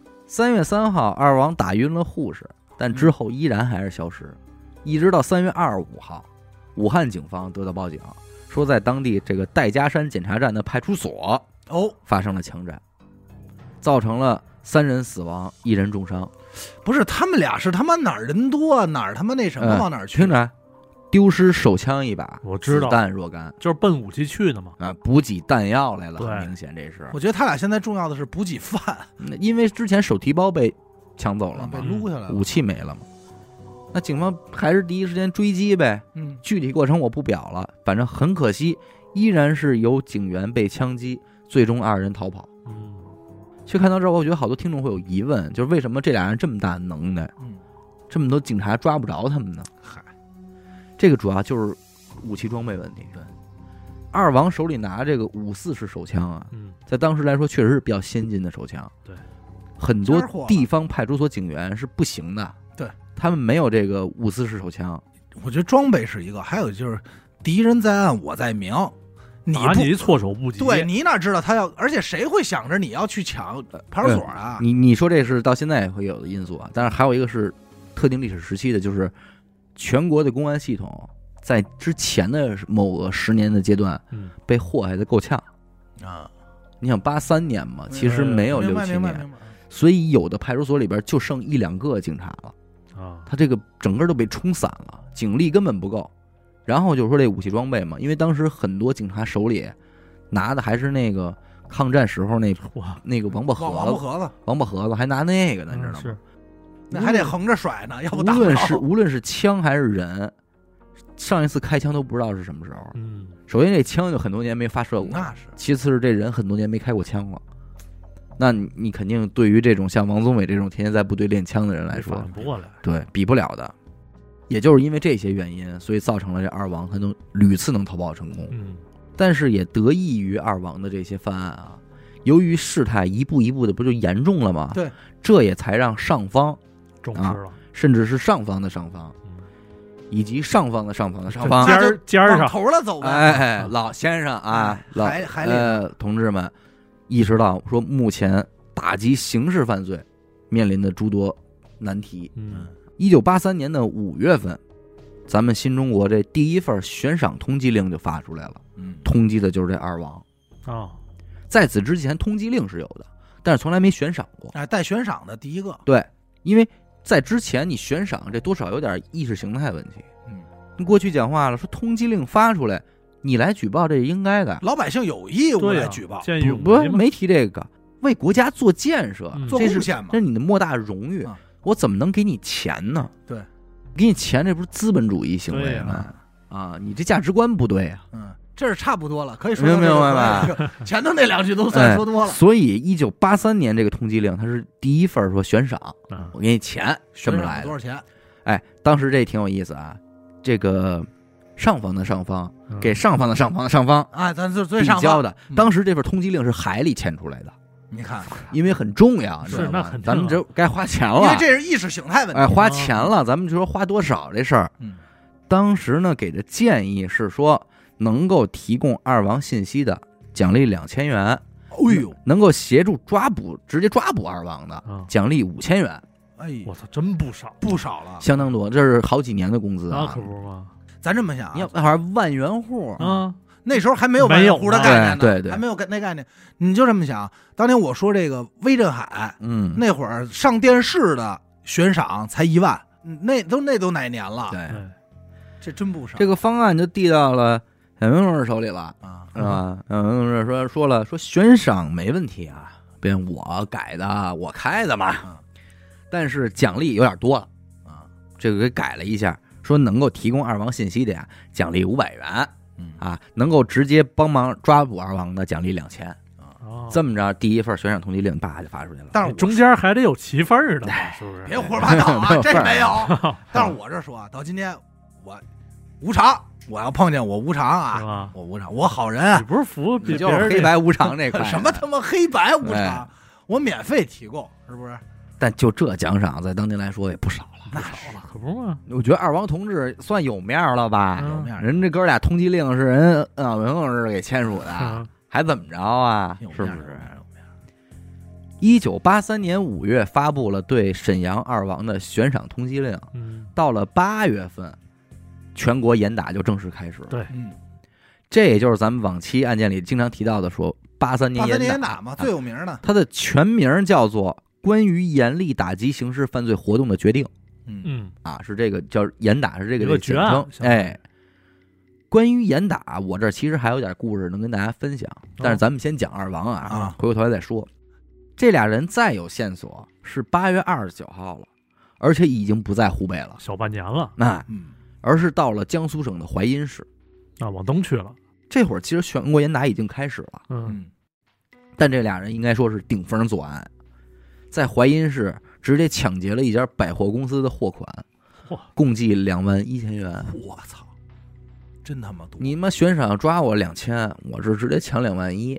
3月3号，二王打晕了护士，但之后依然还是消失，一直到3月25号，武汉警方得到报警，说在当地这个戴家山检查站的派出所发生了枪战，造成了3人死亡，1人重伤。 不是，他们俩是他妈哪儿人多哪儿他妈那什么往哪儿去？ 听着，丢失手枪一把， 我知道， 子弹若干， 就是奔武器去的嘛。 补给弹药来了，很明显这是。 我觉得他俩现在重要的是补给饭， 因为之前手提包被抢走了嘛， 被撸下来了， 武器没了嘛。那警方还是第一时间追击呗。具体过程我不表了，反正很可惜，依然是有警员被枪击。最终2人逃跑。其实看到这儿，我觉得好多听众会有疑问，就是为什么这俩人这么大能耐，这么多警察抓不着他们呢？这个主要就是武器装备问题。对，二王手里拿这个5.4式手枪啊，在当时来说确实是比较先进的手枪。 对， 很多地方派出所警员是不行的。 对， 他们没有这个5.4式手枪。 我觉得装备是一个，还有就是敌人在暗，我在明。 你措手不及， 对，你哪知道他要？而且谁会想着你要去抢派出所啊？ 你说这是到现在也会有的因素啊，但是还有一个是特定历史时期的，就是全国的公安系统在之前的某个10年的阶段，被祸害的够呛啊。你想83年嘛，其实没有6、7年，所以有的派出所里边就剩1、2个警察了啊，他这个整个都被冲散了，警力根本不够。然后就说这武器装备嘛，因为当时很多警察手里拿的还是那个抗战时候那个王八盒子，还拿那个呢，你知道吗？ 是，那还得横着甩呢，要不无论是枪还是人，上一次开枪都不知道是什么时候。首先这枪就很多年没发射过， 那是； 其次是这人很多年没开过枪了。那你肯定对于这种像王宗伟这种天天在部队练枪的人来说， 不过来， 对，比不了的。也就是因为这些原因，所以造成了这二王他能屡次能逃跑成功。但是也得益于二王的这些犯案啊，由于事态一步一步的不就严重了吗？ 对， 这也才让上方重视了， 甚至是上方的上方，以及上方的上方的上方尖儿上头了走呗。 哎，老先生啊，同志们，意识到说目前打击刑事犯罪面临的诸多难题。1983年的5月份，咱们新中国这第一份悬赏通缉令就发出来了。通缉的就是这二王啊。 在此之前，通缉令是有的，但是从来没悬赏过。 带悬赏的第一个。 对，因为在之前你悬赏，这多少有点意识形态问题。你过去讲话了，说通缉令发出来，你来举报这是应该的， 老百姓有义务来举报。 不没提这个，为国家做建设， 做贡献嘛， 这是你的莫大荣誉。我怎么能给你钱呢？ 对， 给你钱，这不是资本主义行为吗？啊，你这价值观不对啊。 这是差不多了，可以说明白吧？ 前头那2句都算说多了。 所以1983年这个通缉令，它是第一份说悬赏，我给你钱，这么来的。 多少钱？ 哎，当时这挺有意思啊。这个上方的上方给上方的上方的上方啊，咱就最上方交的。当时这份通缉令是海里签出来的。 你看， 因为很重要， 是那肯定， 咱们这该花钱了， 因为这是意识形态问题。 哎，花钱了，咱们就说花多少这事儿。当时呢给的建议是说，能够提供二王信息的，奖励2000元。 哎呦， 能够协助直接抓捕二王的，奖励5000元。 哎， 我操，真不少， 不少了， 相当多，这是好几年的工资啊！ 那可不嘛。 咱这么想， 你要还万元户啊， 那时候还没有万元户的概念呢， 对， 还没有那概念。你就这么想，当年我说这个威震海，那会儿上电视的悬赏才1万，那都哪年了？ 对， 这真不少。 这个方案就递到了小明同志手里了啊，是吧？小明同志说悬赏没问题啊，变我改的，我开的嘛。但是奖励有点多了啊，这个给改了一下，说能够提供二王信息的呀，奖励500元，啊，能够直接帮忙抓捕二王的奖励2000。这么着，第一份悬赏通缉令叭就发出去了。 但是中间还得有齐份的，是不是？ 别胡说八道啊，这没有。但是我这说到今天，我无常，我要碰见我无常啊，我无常，我好人。 你不是服你就是黑白无常这块， 什么他妈黑白无常，我免费提供，是不是？ 但就这奖赏，在当年来说也不少了， 那少了， 可不嘛。 我觉得二王同志算有面了吧？ 有面， 人这哥俩通缉令是人小明同志给签署的，还怎么着啊？是不是？1983年5月发布了对沈阳二王的悬赏通缉令，到了8月份，全国严打就正式开始了。 对， 这也就是咱们往期案件里经常提到的，说83年严打嘛，最有名的。 它的全名叫做《关于严厉打击刑事犯罪活动的决定》。是这个叫严打，是这个简称。哎，关于严打，我这其实还有点故事能跟大家分享，但是咱们先讲二王啊，回过头来再说。这俩人再有线索是8月29号了，而且已经不在湖北了， 小半年了。 而是到了江苏省的淮阴市啊，往东去了。 这会儿其实全国严打已经开始了，但这俩人应该说是顶风作案，在淮阴市直接抢劫了一家百货公司的货款，共计21000元。 我操，真他妈多！ 你妈悬赏抓我2000，我这直接抢21000。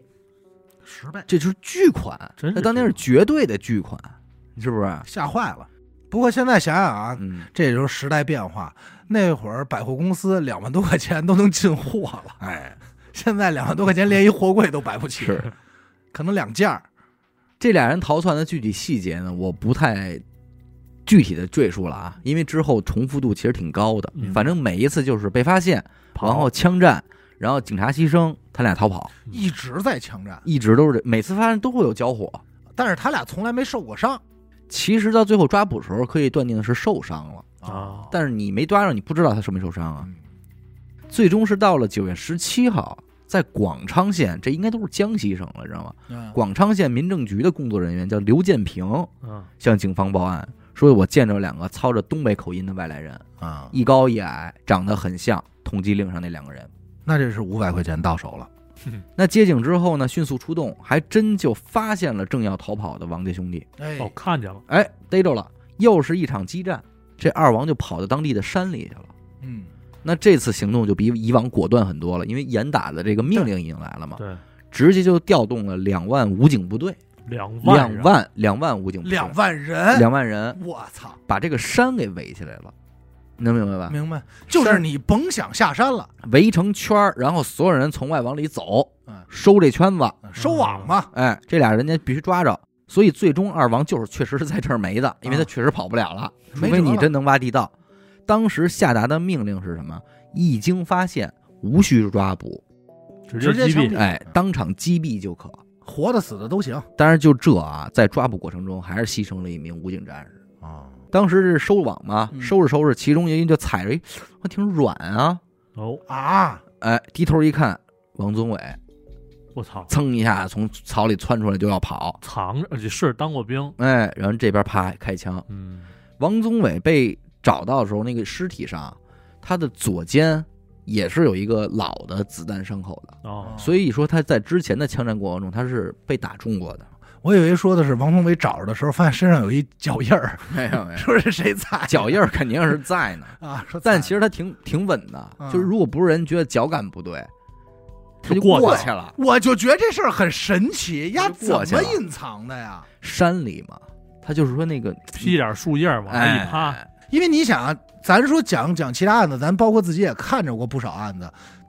10倍， 这就是巨款，那当年是绝对的巨款，是不是？ 吓坏了。不过现在想想啊，这就是时代变化。那会儿百货公司2万多块钱都能进货了， 哎， 现在2万多块钱连一货柜都摆不起， 是， 可能2件。 这俩人逃窜的具体细节呢，我不太具体的赘述了啊，因为之后重复度其实挺高的。反正每一次就是被发现，然后枪战。然后警察牺牲，他俩逃跑， 一直在枪战， 一直都是每次发生都会有交火， 但是他俩从来没受过伤。 其实到最后抓捕的时候，可以断定是受伤了啊，但是你没抓着，你不知道他受没受伤啊。最终是到了9月17号，在广昌县，这应该都是江西省了，知道吗？广昌县民政局的工作人员叫刘建平，向警方报案说，我见着2个操着东北口音的外来人啊，一高一矮，长得很像通缉令上那2个人。 那这是500块钱到手了。 那接警之后呢，迅速出动，还真就发现了正要逃跑的王家兄弟。 看见了， 逮着了，又是一场激战。这二王就跑到当地的山里去了。那这次行动就比以往果断很多了，因为严打的这个命令已经来了嘛。 对， 直接就调动了2万武警部队 ，2 万武警部队 ，2万人， 我操，把这个山给围起来了。能明白吧？ 明白，就是你甭想下山了， 围成圈，然后所有人从外往里走，收这圈子， 收网嘛。 这俩人家必须抓着，所以最终二王就是确实是在这儿没的，因为他确实跑不了了，除非你真能挖地道。当时下达的命令是什么？一经发现，无需抓捕， 直接击毙， 当场击毙就可， 活的死的都行。 当然就这啊，在抓捕过程中还是牺牲了一名武警战士啊。当时是收网嘛，收拾收拾，其中人就踩着，还挺软啊。低头一看，王宗伟， 我操， 噌一下从草里窜出来就要跑， 藏着是当过兵， 然后这边啪开枪。王宗伟被找到的时候，那个尸体上，他的左肩也是有一个老的子弹伤口的，所以说他在之前的枪战过程中，他是被打中过的。 我以为说的是王宗伟找着的时候，发现身上有一脚印儿， 没有， 说是谁在？ 脚印儿肯定是在呢但其实他挺稳的，就是如果不是人觉得脚感不对，他就过去了。 我就觉得这事儿很神奇呀，怎么隐藏的呀？ 山里嘛，他就是说那个劈点树叶往那一趴， 因为你想啊，咱说讲其他案子，咱包括自己也看着过不少案子。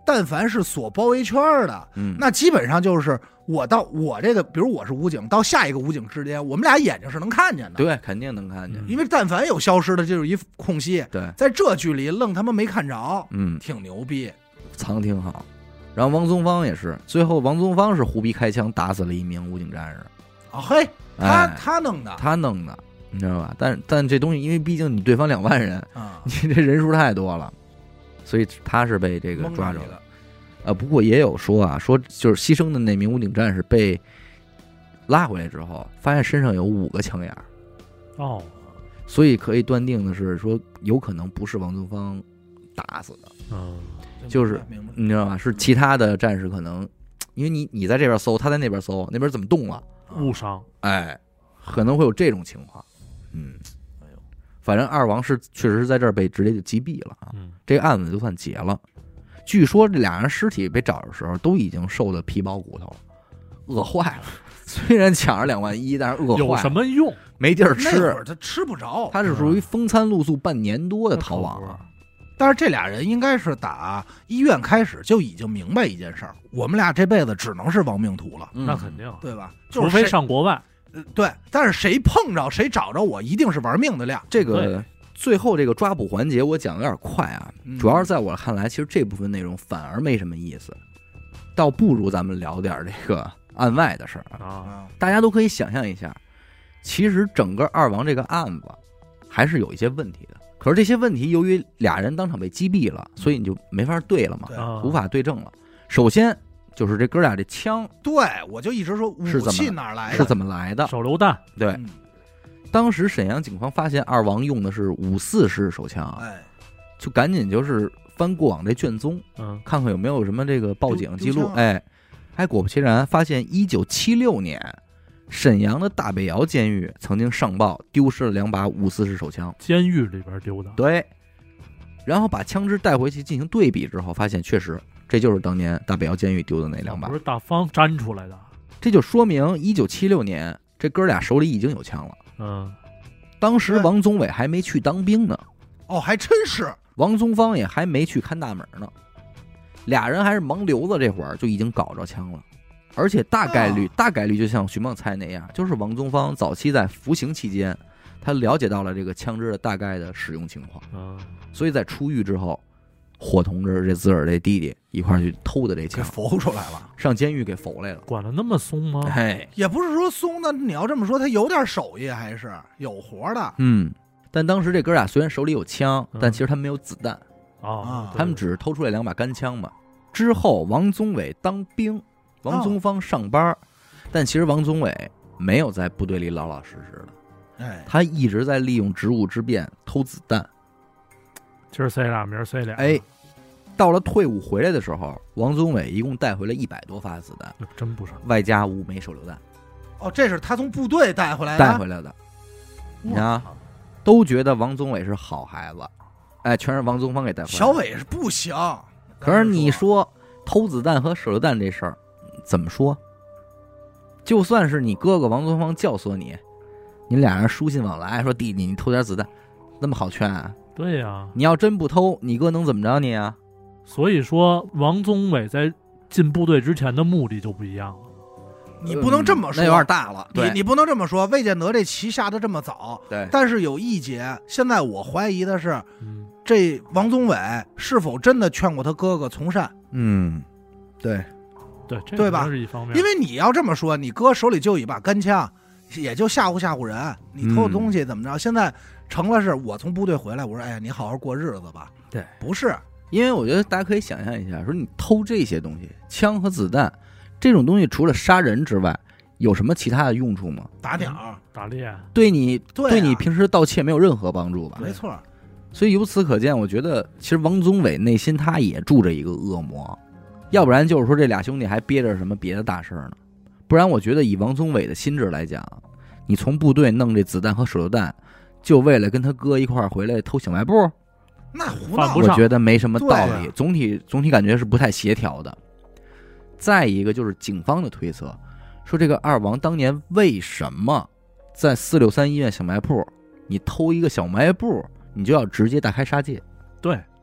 但凡是所包围圈的，那基本上就是我到我这个，比如我是武警，到下一个武警之间，我们俩眼睛是能看见的。 对，肯定能看见， 因为但凡有消失的，就是一空隙。 对， 在这距离愣他妈没看着，挺牛逼， 藏挺好。然后王宗芳也是，最后王宗芳是胡逼开枪打死了一名武警战士。 啊嘿，他弄的， 你知道吧？但这东西，因为毕竟你对方2万人啊，你这人数太多了，所以他是被这个抓着了。不过也有说就是牺牲的那名武警战士被拉回来之后，发现身上有5个枪眼。 哦， 所以可以断定的是说，有可能不是王宗芳打死的。就是你知道吧？是其他的战士可能，因为你在这边搜，他在那边搜，那边怎么动了？ 误伤， 可能会有这种情况。反正二王是确实是在这儿被直接就击毙了啊。这个案子就算结了。据说这俩人尸体被找的时候都已经瘦的皮包骨头了，饿坏了。虽然抢着2万1，但是饿坏了。 有什么用？ 没地儿吃， 那会儿他吃不着， 他是属于风餐露宿半年多的逃亡了。 但是这俩人应该是打医院开始就已经明白一件事儿，我们俩这辈子只能是亡命徒了。 那肯定， 对吧？ 除非上国外。 对，但是谁碰着谁找着我，一定是玩命的量。 这个最后这个抓捕环节我讲的有点快啊，主要是在我看来，其实这部分内容反而没什么意思，倒不如咱们聊点这个案外的事儿啊。大家都可以想象一下，其实整个二王这个案子还是有一些问题的。可是这些问题由于俩人当场被击毙了，所以你就没法对了嘛，无法对证了。首先就是这哥俩这枪， 对，我就一直说武器哪来的， 是怎么来的？ 手榴弹。 对，当时沈阳警方发现二王用的是5.4式手枪，就赶紧就是翻过往这卷宗，看看有没有什么这个报警记录。还果不其然，发现1976年。沈阳的大北窑监狱曾经上报丢失了2把5.4式手枪， 监狱里边丢的。 对，然后把枪支带回去进行对比之后，发现确实这就是当年大北窑监狱丢的那2把， 不是大方粘出来的。 这就说明1976年这哥俩手里已经有枪了。当时王宗伟还没去当兵呢。 还真是。 王宗芳也还没去看大门呢，俩人还是盲流子，这会儿就已经搞着枪了。而且大概率就像徐梦猜那样，就是王宗芳早期在服刑期间，他了解到了这个枪支的大概的使用情况，所以在出狱之后，伙同着这自个儿这弟弟一块去偷的这枪， 给否出来了， 上监狱给否来了。 管得那么松吗？ 也不是说松的，你要这么说，他有点手艺，还是有活的。 但当时这哥俩虽然手里有枪，但其实他没有子弹他们只是偷出来2把干枪嘛。之后王宗伟当兵。王宗芳上班，但其实王宗伟没有在部队里老老实实的，他一直在利用职务之便偷子弹， 今儿塞俩，明儿塞俩。 到了退伍回来的时候，王宗伟一共带回了100多发子弹， 真不少， 外加5枚手榴弹。 这是他从部队带回来的。 你看，都觉得王宗伟是好孩子，全是王宗芳给带回来的。 小伟是不行， 可是你说偷子弹和手榴弹这事儿。怎么说？就算是你哥哥王宗芳教唆你，你俩人书信往来，说弟弟你偷点子弹，那么好劝啊？ 对呀， 你要真不偷，你哥能怎么着你啊？ 所以说，王宗伟在进部队之前的目的就不一样了。 你不能这么说， 那有点大了。 你不能这么说，魏建德这棋下的这么早。 对， 但是有一节，现在我怀疑的是，这王宗伟是否真的劝过他哥哥从善？ 对吧？ 是一方面， 因为你要这么说，你哥手里就一把干枪，也就吓唬吓唬人。你偷的东西怎么着？现在成了是我从部队回来，我说哎呀，你好好过日子吧。 对， 不是， 因为我觉得大家可以想象一下，说你偷这些东西，枪和子弹这种东西，除了杀人之外，有什么其他的用处吗？ 打鸟、 打猎， 对你平时盗窃没有任何帮助吧？ 没错。 所以由此可见，我觉得其实王宗伟内心他也住着一个恶魔。要不然就是说这俩兄弟还憋着什么别的大事呢？不然我觉得以王宗伟的心智来讲，你从部队弄这子弹和手榴弹，就为了跟他哥一块回来偷小卖部， 那胡闹！ 我觉得没什么道理，总体感觉是不太协调的。再一个就是警方的推测，说这个二王当年为什么在463医院小卖部，你偷一个小卖部，你就要直接大开杀戒？ 对，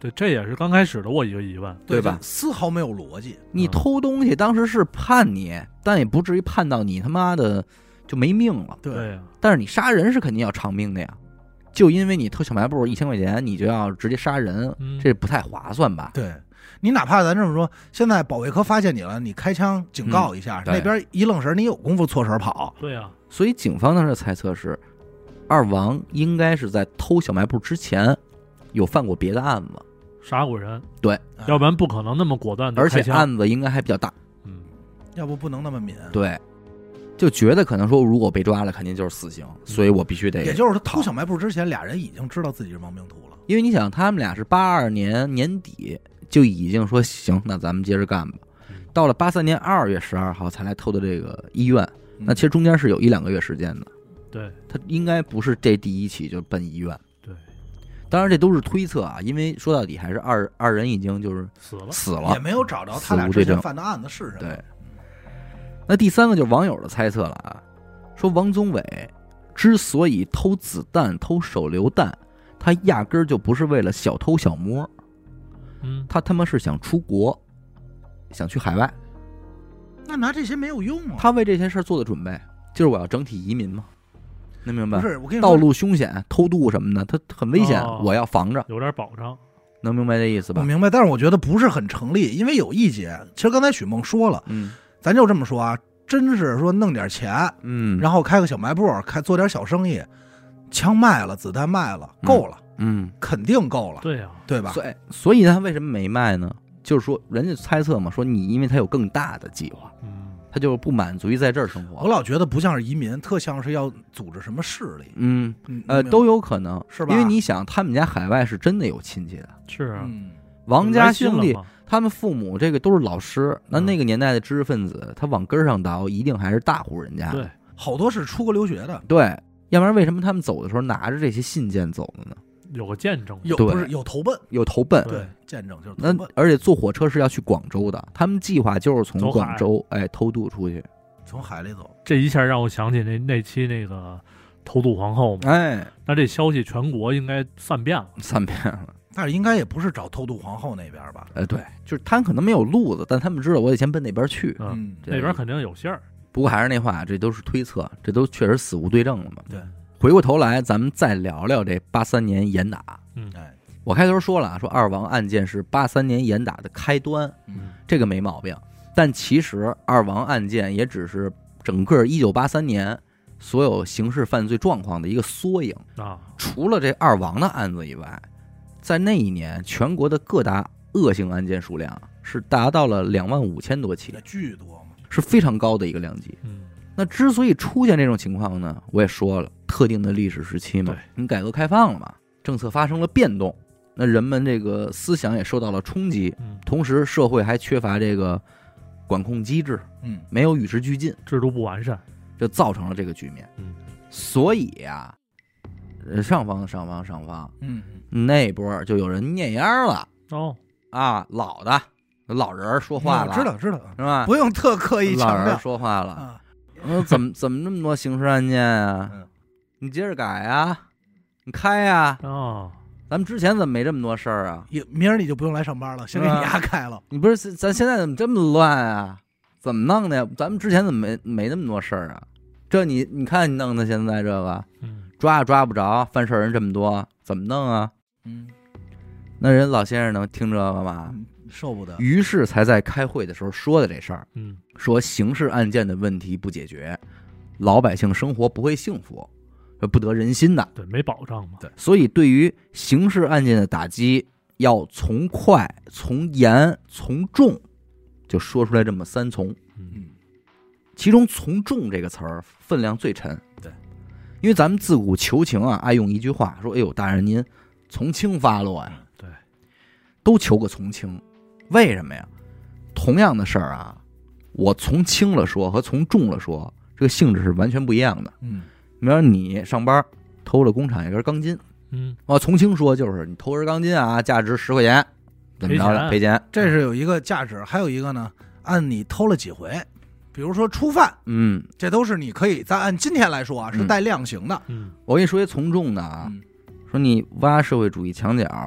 对，这也是刚开始的我一个疑问， 对吧？ 丝毫没有逻辑。 你偷东西当时是判你，但也不至于判到你他妈的就没命了。 对， 但是你杀人是肯定要偿命的呀。就因为你偷小卖部1000块钱，你就要直接杀人，这不太划算吧？ 对，你哪怕咱这么说，现在保卫科发现你了，你开枪警告一下，那边一愣神，你有功夫错神跑。 对呀， 所以警方当时的猜测是，二王应该是在偷小卖部之前有犯过别的案子， 杀过人。 对， 要不然不可能那么果断的开枪。 而且案子应该还比较大， 要不能那么抿。 对。就觉得可能说，如果被抓了，肯定就是死刑，所以我必须得。 也就是他偷小卖部之前，俩人已经知道自己是亡命徒了。 因为你想，他们俩是82年年底就已经说行，那咱们接着干吧。到了83年2月12号才来偷的这个医院，那其实中间是有1-2个月时间的。 对， 他应该不是这第一起就奔医院。 对， 当然这都是推测啊，因为说到底还是二人已经就是死了， 也没有找着他俩之前犯的案子是什么。 对。那第3个就是网友的猜测了啊，说王宗伟之所以偷子弹、偷手榴弹，他压根儿就不是为了小偷小摸，他他妈是想出国，想去海外。 那拿这些没有用啊！ 他为这些事儿做的准备，就是我要整体移民嘛，能明白？ 不是，我跟你说， 道路凶险、偷渡什么的，他很危险，我要防着， 有点保障。 能明白这意思吧？ 我明白，但是我觉得不是很成立，因为有一节，其实刚才许梦说了，咱就这么说啊，真是说弄点钱，然后开个小卖部，做点小生意，枪卖了，子弹卖了，够了，肯定够了， 对呀， 对吧？ 所以他为什么没卖呢？就是说，人家猜测嘛，说你因为他有更大的计划，他就不满足于在这儿生活。 我老觉得不像是移民，特像是要组织什么势力， 都有可能， 是吧？ 因为你想，他们家海外是真的有亲戚的， 是啊， 王家兄弟。他们父母这个都是老师，那个年代的知识分子，他往根上倒，一定还是大户人家。 对， 好多是出国留学的。 对，要不然为什么他们走的时候拿着这些信件走的呢？ 有个见证， 不是有投奔， 有投奔， 对，见证就是投奔。而且坐火车是要去广州的，他们计划就是从广州偷渡出去， 从海里走。 这一下让我想起那期那个偷渡皇后嘛，那这消息全国应该散遍了。 但是应该也不是找偷渡皇后那边吧？ 对，就是他可能没有路子，但他们知道我得先奔那边去， 那边肯定有信儿。 不过还是那话，这都是推测，这都确实死无对证了嘛。 对， 回过头来，咱们再聊聊这83年严打。我开头说了，说二王案件是83年严打的开端，这个没毛病。但其实二王案件也只是整个1983年所有刑事犯罪状况的一个缩影啊。 除了这二王的案子以外，在那一年，全国的各大恶性案件数量是达到了25000多起， 巨多嘛， 是非常高的一个量级。那之所以出现这种情况呢，我也说了，特定的历史时期嘛，你改革开放了嘛，政策发生了变动，那人们这个思想也受到了冲击，同时社会还缺乏这个管控机制，没有与时俱进， 制度不完善， 就造成了这个局面。所以呀，上方，那波就有人念烟了老人说话了， 知道是吧？ 不用特刻意强调， 老人说话了，怎么那么多刑事案件啊？你接着改啊，你开呀，咱们之前怎么没这么多事儿啊？ 明儿你就不用来上班了，先给你丫开了。 你不是咱现在怎么这么乱啊？怎么弄的呀？咱们之前怎么没那么多事儿啊？这你看你弄的现在这个，抓也抓不着，犯事人这么多，怎么弄啊？那人老先生能听这个吗？ 受不得。 于是才在开会的时候说的这事儿，说刑事案件的问题不解决，老百姓生活不会幸福，不得人心的。 对，没保障嘛。 对，所以对于刑事案件的打击，要从快、从严、从重，就说出来这么3从。其中从重这个词儿分量最沉。 对， 因为咱们自古求情啊，爱用一句话说：“哎呦，大人您从轻发落呀。” 对， 都求个从轻。为什么呀？同样的事儿啊，我从轻了说和从重了说，这个性质是完全不一样的。比如你上班偷了工厂一根钢筋，我从轻说就是你偷根钢筋啊，价值10块钱，怎么着的赔钱， 这是有一个价值。还有一个呢，按你偷了几回。比如说初犯，这都是你可以，咱按今天来说啊，是带量刑的。 我跟你说一从重的啊，说你挖社会主义墙角，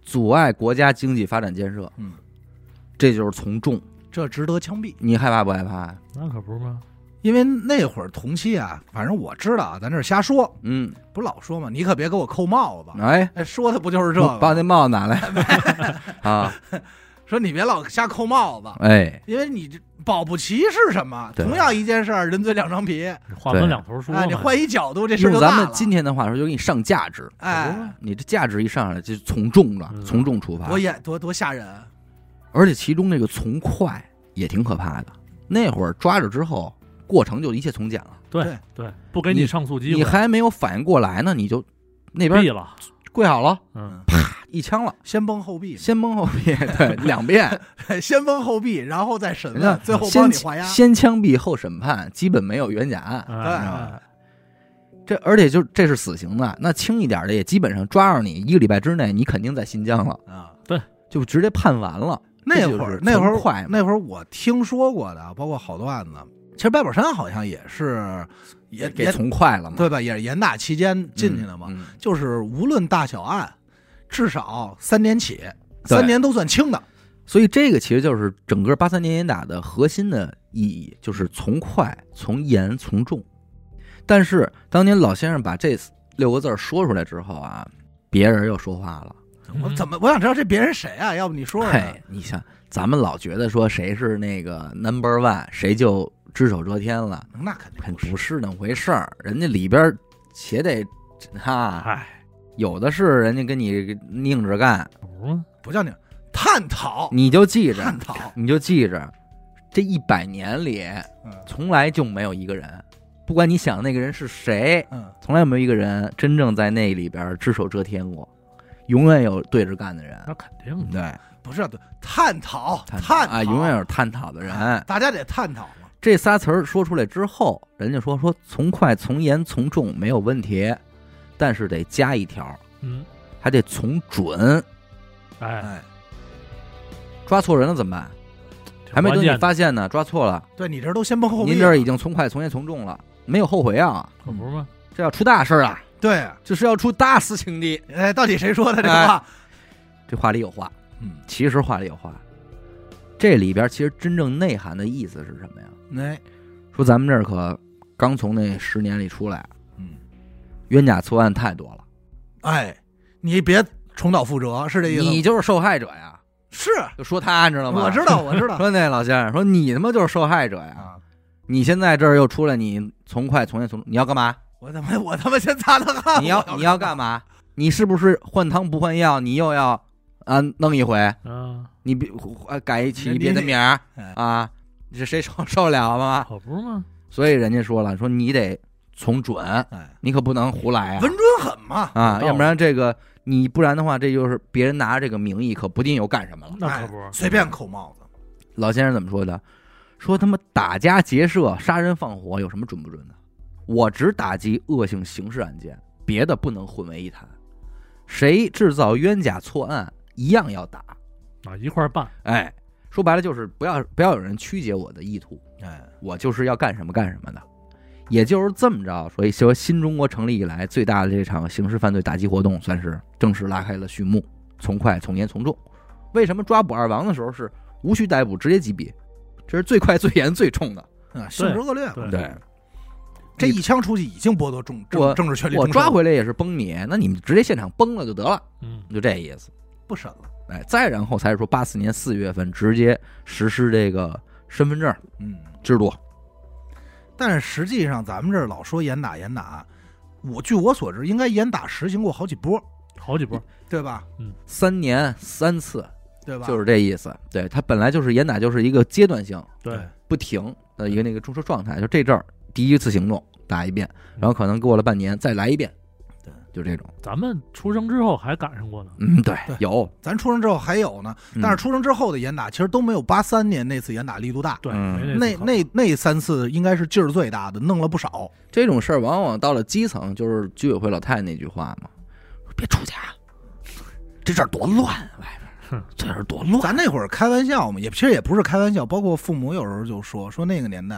阻碍国家经济发展建设，这就是从众， 这值得枪毙。 你害怕不害怕？ 那可不是吗？ 因为那会儿同期啊，反正我知道啊，咱这瞎说，不老说嘛，你可别给我扣帽子。哎，说的不就是这个？ 把那帽子拿来啊！ 说你别老瞎扣帽子， 哎， 因为你保不齐是什么？同样一件事儿，人嘴两张皮， 话分两头说。 哎，你换一角度，这事就大了。用咱们今天的话说，就给你上价值。 哎， 你这价值一上来就从众了，从众出发， 多吓人。 而且其中这个从快也挺可怕的。那会儿抓着之后。过程就一切从简了， 对，不给你上诉机会， 你还没有反应过来呢，你就那边了， 跪好了，啪一枪了， 先崩后毙， 对2遍， 先崩后毙，然后再审问，最后帮你画押， 先枪毙后审判，基本没有冤假案，这而且就这是死刑的，那轻一点的也基本上抓着你1个礼拜之内，你肯定在新疆了啊，对， 就直接判完了。 那会儿我听说过的，包括好多案子。其实白宝山好像也是也从快了嘛， 对吧？也是严打期间进去的嘛。就是无论大小案，至少3年起，3年都算轻的。 所以这个其实就是整个83年严打的核心的意义，就是从快、从严、从重。但是当年老先生把这6个字说出来之后啊，别人又说话了。 我想知道这别人谁啊？要不你说说。 你想，咱们老觉得说谁是那个 No.1， 谁就只手遮天了， 那肯定不是那么回事儿。人家里边且得有的是人家跟你拧着干， 不叫拧，探讨。 你就记着，这100年里，从来就没有一个人，不管你想那个人是谁，从来没有一个人真正在那里边只手遮天过，永远有对着干的人。 那肯定对， 不是探讨啊，永远有探讨的人， 大家得探讨。 这仨词儿说出来之后，人家说从快、从严、从重没有问题，但是得加一条，还得从准。 哎， 抓错人了怎么办？还没等你发现呢，抓错了。 对，你这都先崩后毙。 您这已经从快、从严、从重了，没有后悔啊？ 可不是吗？ 这要出大事啊！ 对， 这是要出大事情的。 哎，到底谁说的这话？ 这话里有话。其实话里有话。这里边其实真正内涵的意思是什么呀？说咱们这儿可刚从那10年里出来，冤假错案太多了。 哎，你别重蹈覆辙，是这意思。 你就是受害者呀！ 是， 就说他知道吗？ 我知道。 说那老先生说你他妈就是受害者呀！你现在这儿又出来，你从快从严从，你要干嘛？ 我他妈先擦擦汗。 你要干嘛？你是不是换汤不换药？你又要弄一回？你改起别的名儿啊？这谁受了吗？ 可不是吗？ 所以人家说了，说你得从准，你可不能胡来啊， 稳准狠嘛啊，要不然这个你不然的话，这就是别人拿着这个名义，可不定有干什么了。 那可不随便扣帽子。 老先生怎么说的？说他妈打家劫舍、杀人放火有什么准不准的？我只打击恶性刑事案件，别的不能混为一谈。谁制造冤假错案，一样要打啊，一块办。 哎。说白了就是不要有人曲解我的意图，我就是要干什么干什么的，也就是这么着。所以说，新中国成立以来最大的这场刑事犯罪打击活动，算是正式拉开了序幕。从快、从严、从重。为什么抓捕二王的时候是无需逮捕直接击毙？这是最快、最严、最重的性质恶劣。 对， 这一枪出去已经剥夺政治权利。 我抓回来也是崩你，那你们直接现场崩了就得了，就这意思， 不审了。 哎，再然后才是说84年4月份直接实施这个身份证制度。 但是实际上咱们这儿老说严打，据我所知，应该严打实行过好几波，对吧 ？3年3次， 对吧？ 就是这意思。对，它本来就是严打，就是一个阶段性， 对， 不停的一个那个注射状态。就这阵儿第一次行动打一遍，然后可能过了半年再来一遍。就这种， 咱们出生之后还赶上过呢。 对，有， 咱出生之后还有呢。但是出生之后的严打其实都没有83年那次严打力度大。 对， 那3次应该是劲儿最大的，弄了不少。 这种事儿往往到了基层，就是居委会老太太那句话嘛，别出家，这阵儿多乱，外边这阵儿多乱。 咱那会儿开玩笑嘛，其实也不是开玩笑，包括父母有时候就说那个年代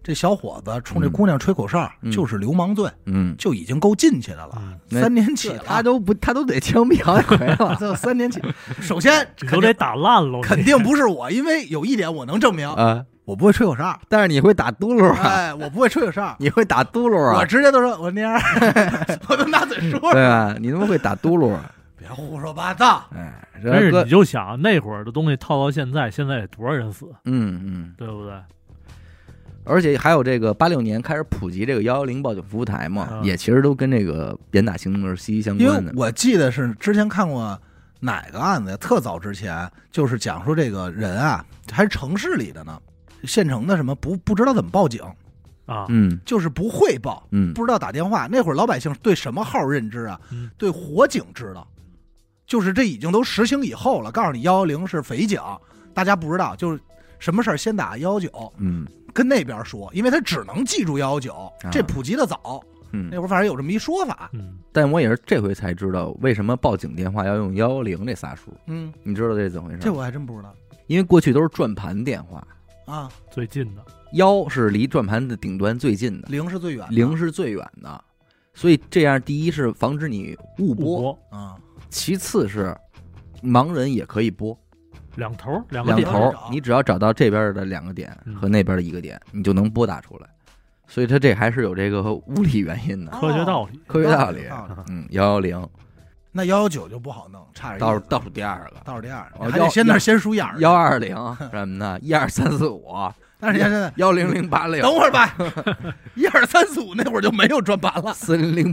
这小伙子冲这姑娘吹口哨，就是流氓罪，就已经够进去的了。3年起他都得枪毙好几回了。 这3年起，首先都得打烂了， 肯定不是我，因为有一点我能证明我不会吹口哨， 但是你会打嘟噜啊！ 哎，我不会吹口哨， 你会打嘟噜啊！ 我直接都说我蔫儿，我都拿嘴说， 对吧？你他妈会打嘟噜啊！ 别胡说八道！ 哎， 但是你就想那会儿的东西套到现在得多少人死？对不对？ 而且还有这个86年开始普及这个110报警服务台嘛，也其实都跟这个严打行动是息息相关的。 因为我记得是之前看过哪个案子，特早之前就是讲述这个人啊，还是城市里的呢，县城的什么不知道怎么报警啊， 就是不会报，不知道打电话。那会儿老百姓对什么号认知啊？对火警知道，就是这已经都实行以后了。告诉你110是匪警，大家不知道，就是什么事儿先打119，跟那边说，因为他只能记住119，这普及的早。那会儿反正有这么一说法， 但我也是这回才知道为什么报警电话要用110这仨数。你知道这怎么回事？ 这我还真不知道， 因为过去都是转盘电话啊， 最近的 1是离转盘的顶端最近的 ，0是最远的 ，0是最远的，所以这样第一是防止你误拨啊， 其次是盲人也可以拨。 两头， 你只要找到这边的2个点和那边的1个点，你就能拨打出来。所以它这还是有这个物理原因的， 科学道理。 110。 那119就不好弄，差点倒数第二个， 还得先数眼 120什么的，12345。 但是现在 10086， 等会儿吧，12345那会儿就没有转盘了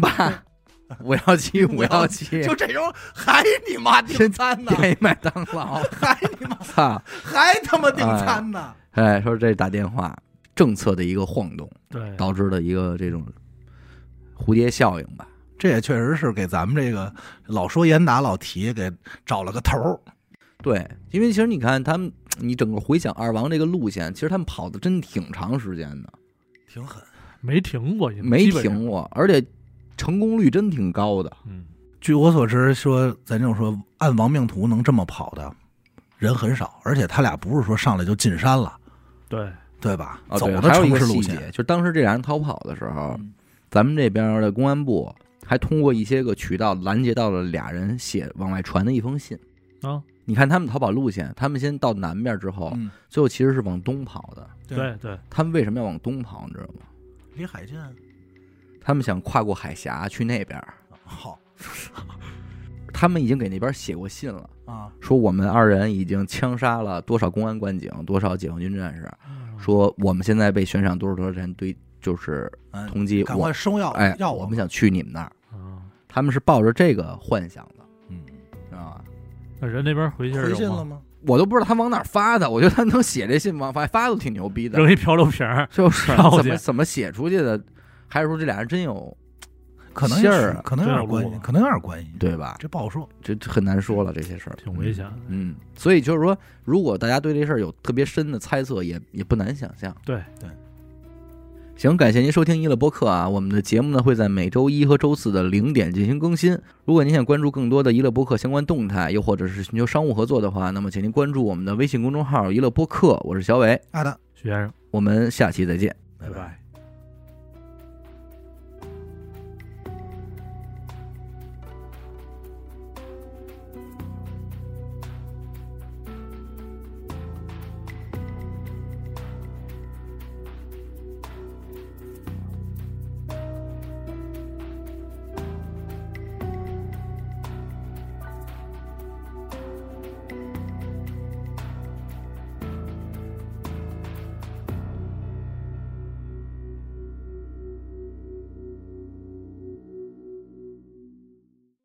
，4008。517， 就这种还你妈订餐呢？ 点一麦当劳， 还你妈操，还他妈订餐呢？ 哎，说这打电话政策的一个晃动， 对， 导致的一个这种蝴蝶效应吧。 这也确实是给咱们这个老说严打老提给找了个头。 对，因为其实你看他们，你整个回想二王这个路线，其实他们跑的真挺长时间的， 挺狠， 没停过， 而且。成功率真挺高的。 据我所知，说咱就说按亡命徒能这么跑的人很少，而且他俩不是说上来就进山了，对吧？走的城市路线。 就当时这俩人逃跑的时候，咱们这边的公安部还通过一些个渠道拦截到了俩人往外传的一封信啊。 你看他们逃跑路线，他们先到南边之后，最后其实是往东跑的。 对， 他们为什么要往东跑？你知道吗？ 离海近。 他们想跨过海峡去那边。 好， 他们已经给那边写过信了啊， 说我们2人已经枪杀了多少公安官警，多少解放军战士，说我们现在被悬赏多少人对，就是通缉， 赶快收要， 要我们想去你们那儿。他们是抱着这个幻想的，知道吧？ 那人那边回信了吗？ 我都不知道他往哪儿发的，我觉得他能写这信往发都挺牛逼的， 扔一漂流瓶， 就是怎么写出去的？还是说这俩人真有可能信儿啊？ 可能有点关系，可能有点关系， 对吧？ 这不好说， 这很难说了，这些事儿挺危险的。 所以就是说，如果大家对这事儿有特别深的猜测，也不难想象。 对。 行，感谢您收听娱乐播客啊！我们的节目呢会在每周1和周4的0点进行更新。如果您想关注更多的娱乐播客相关动态，又或者是寻求商务合作的话，那么请您关注我们的微信公众号“娱乐播客”。我是小伟， 好的， 徐先生， 我们下期再见， 拜拜。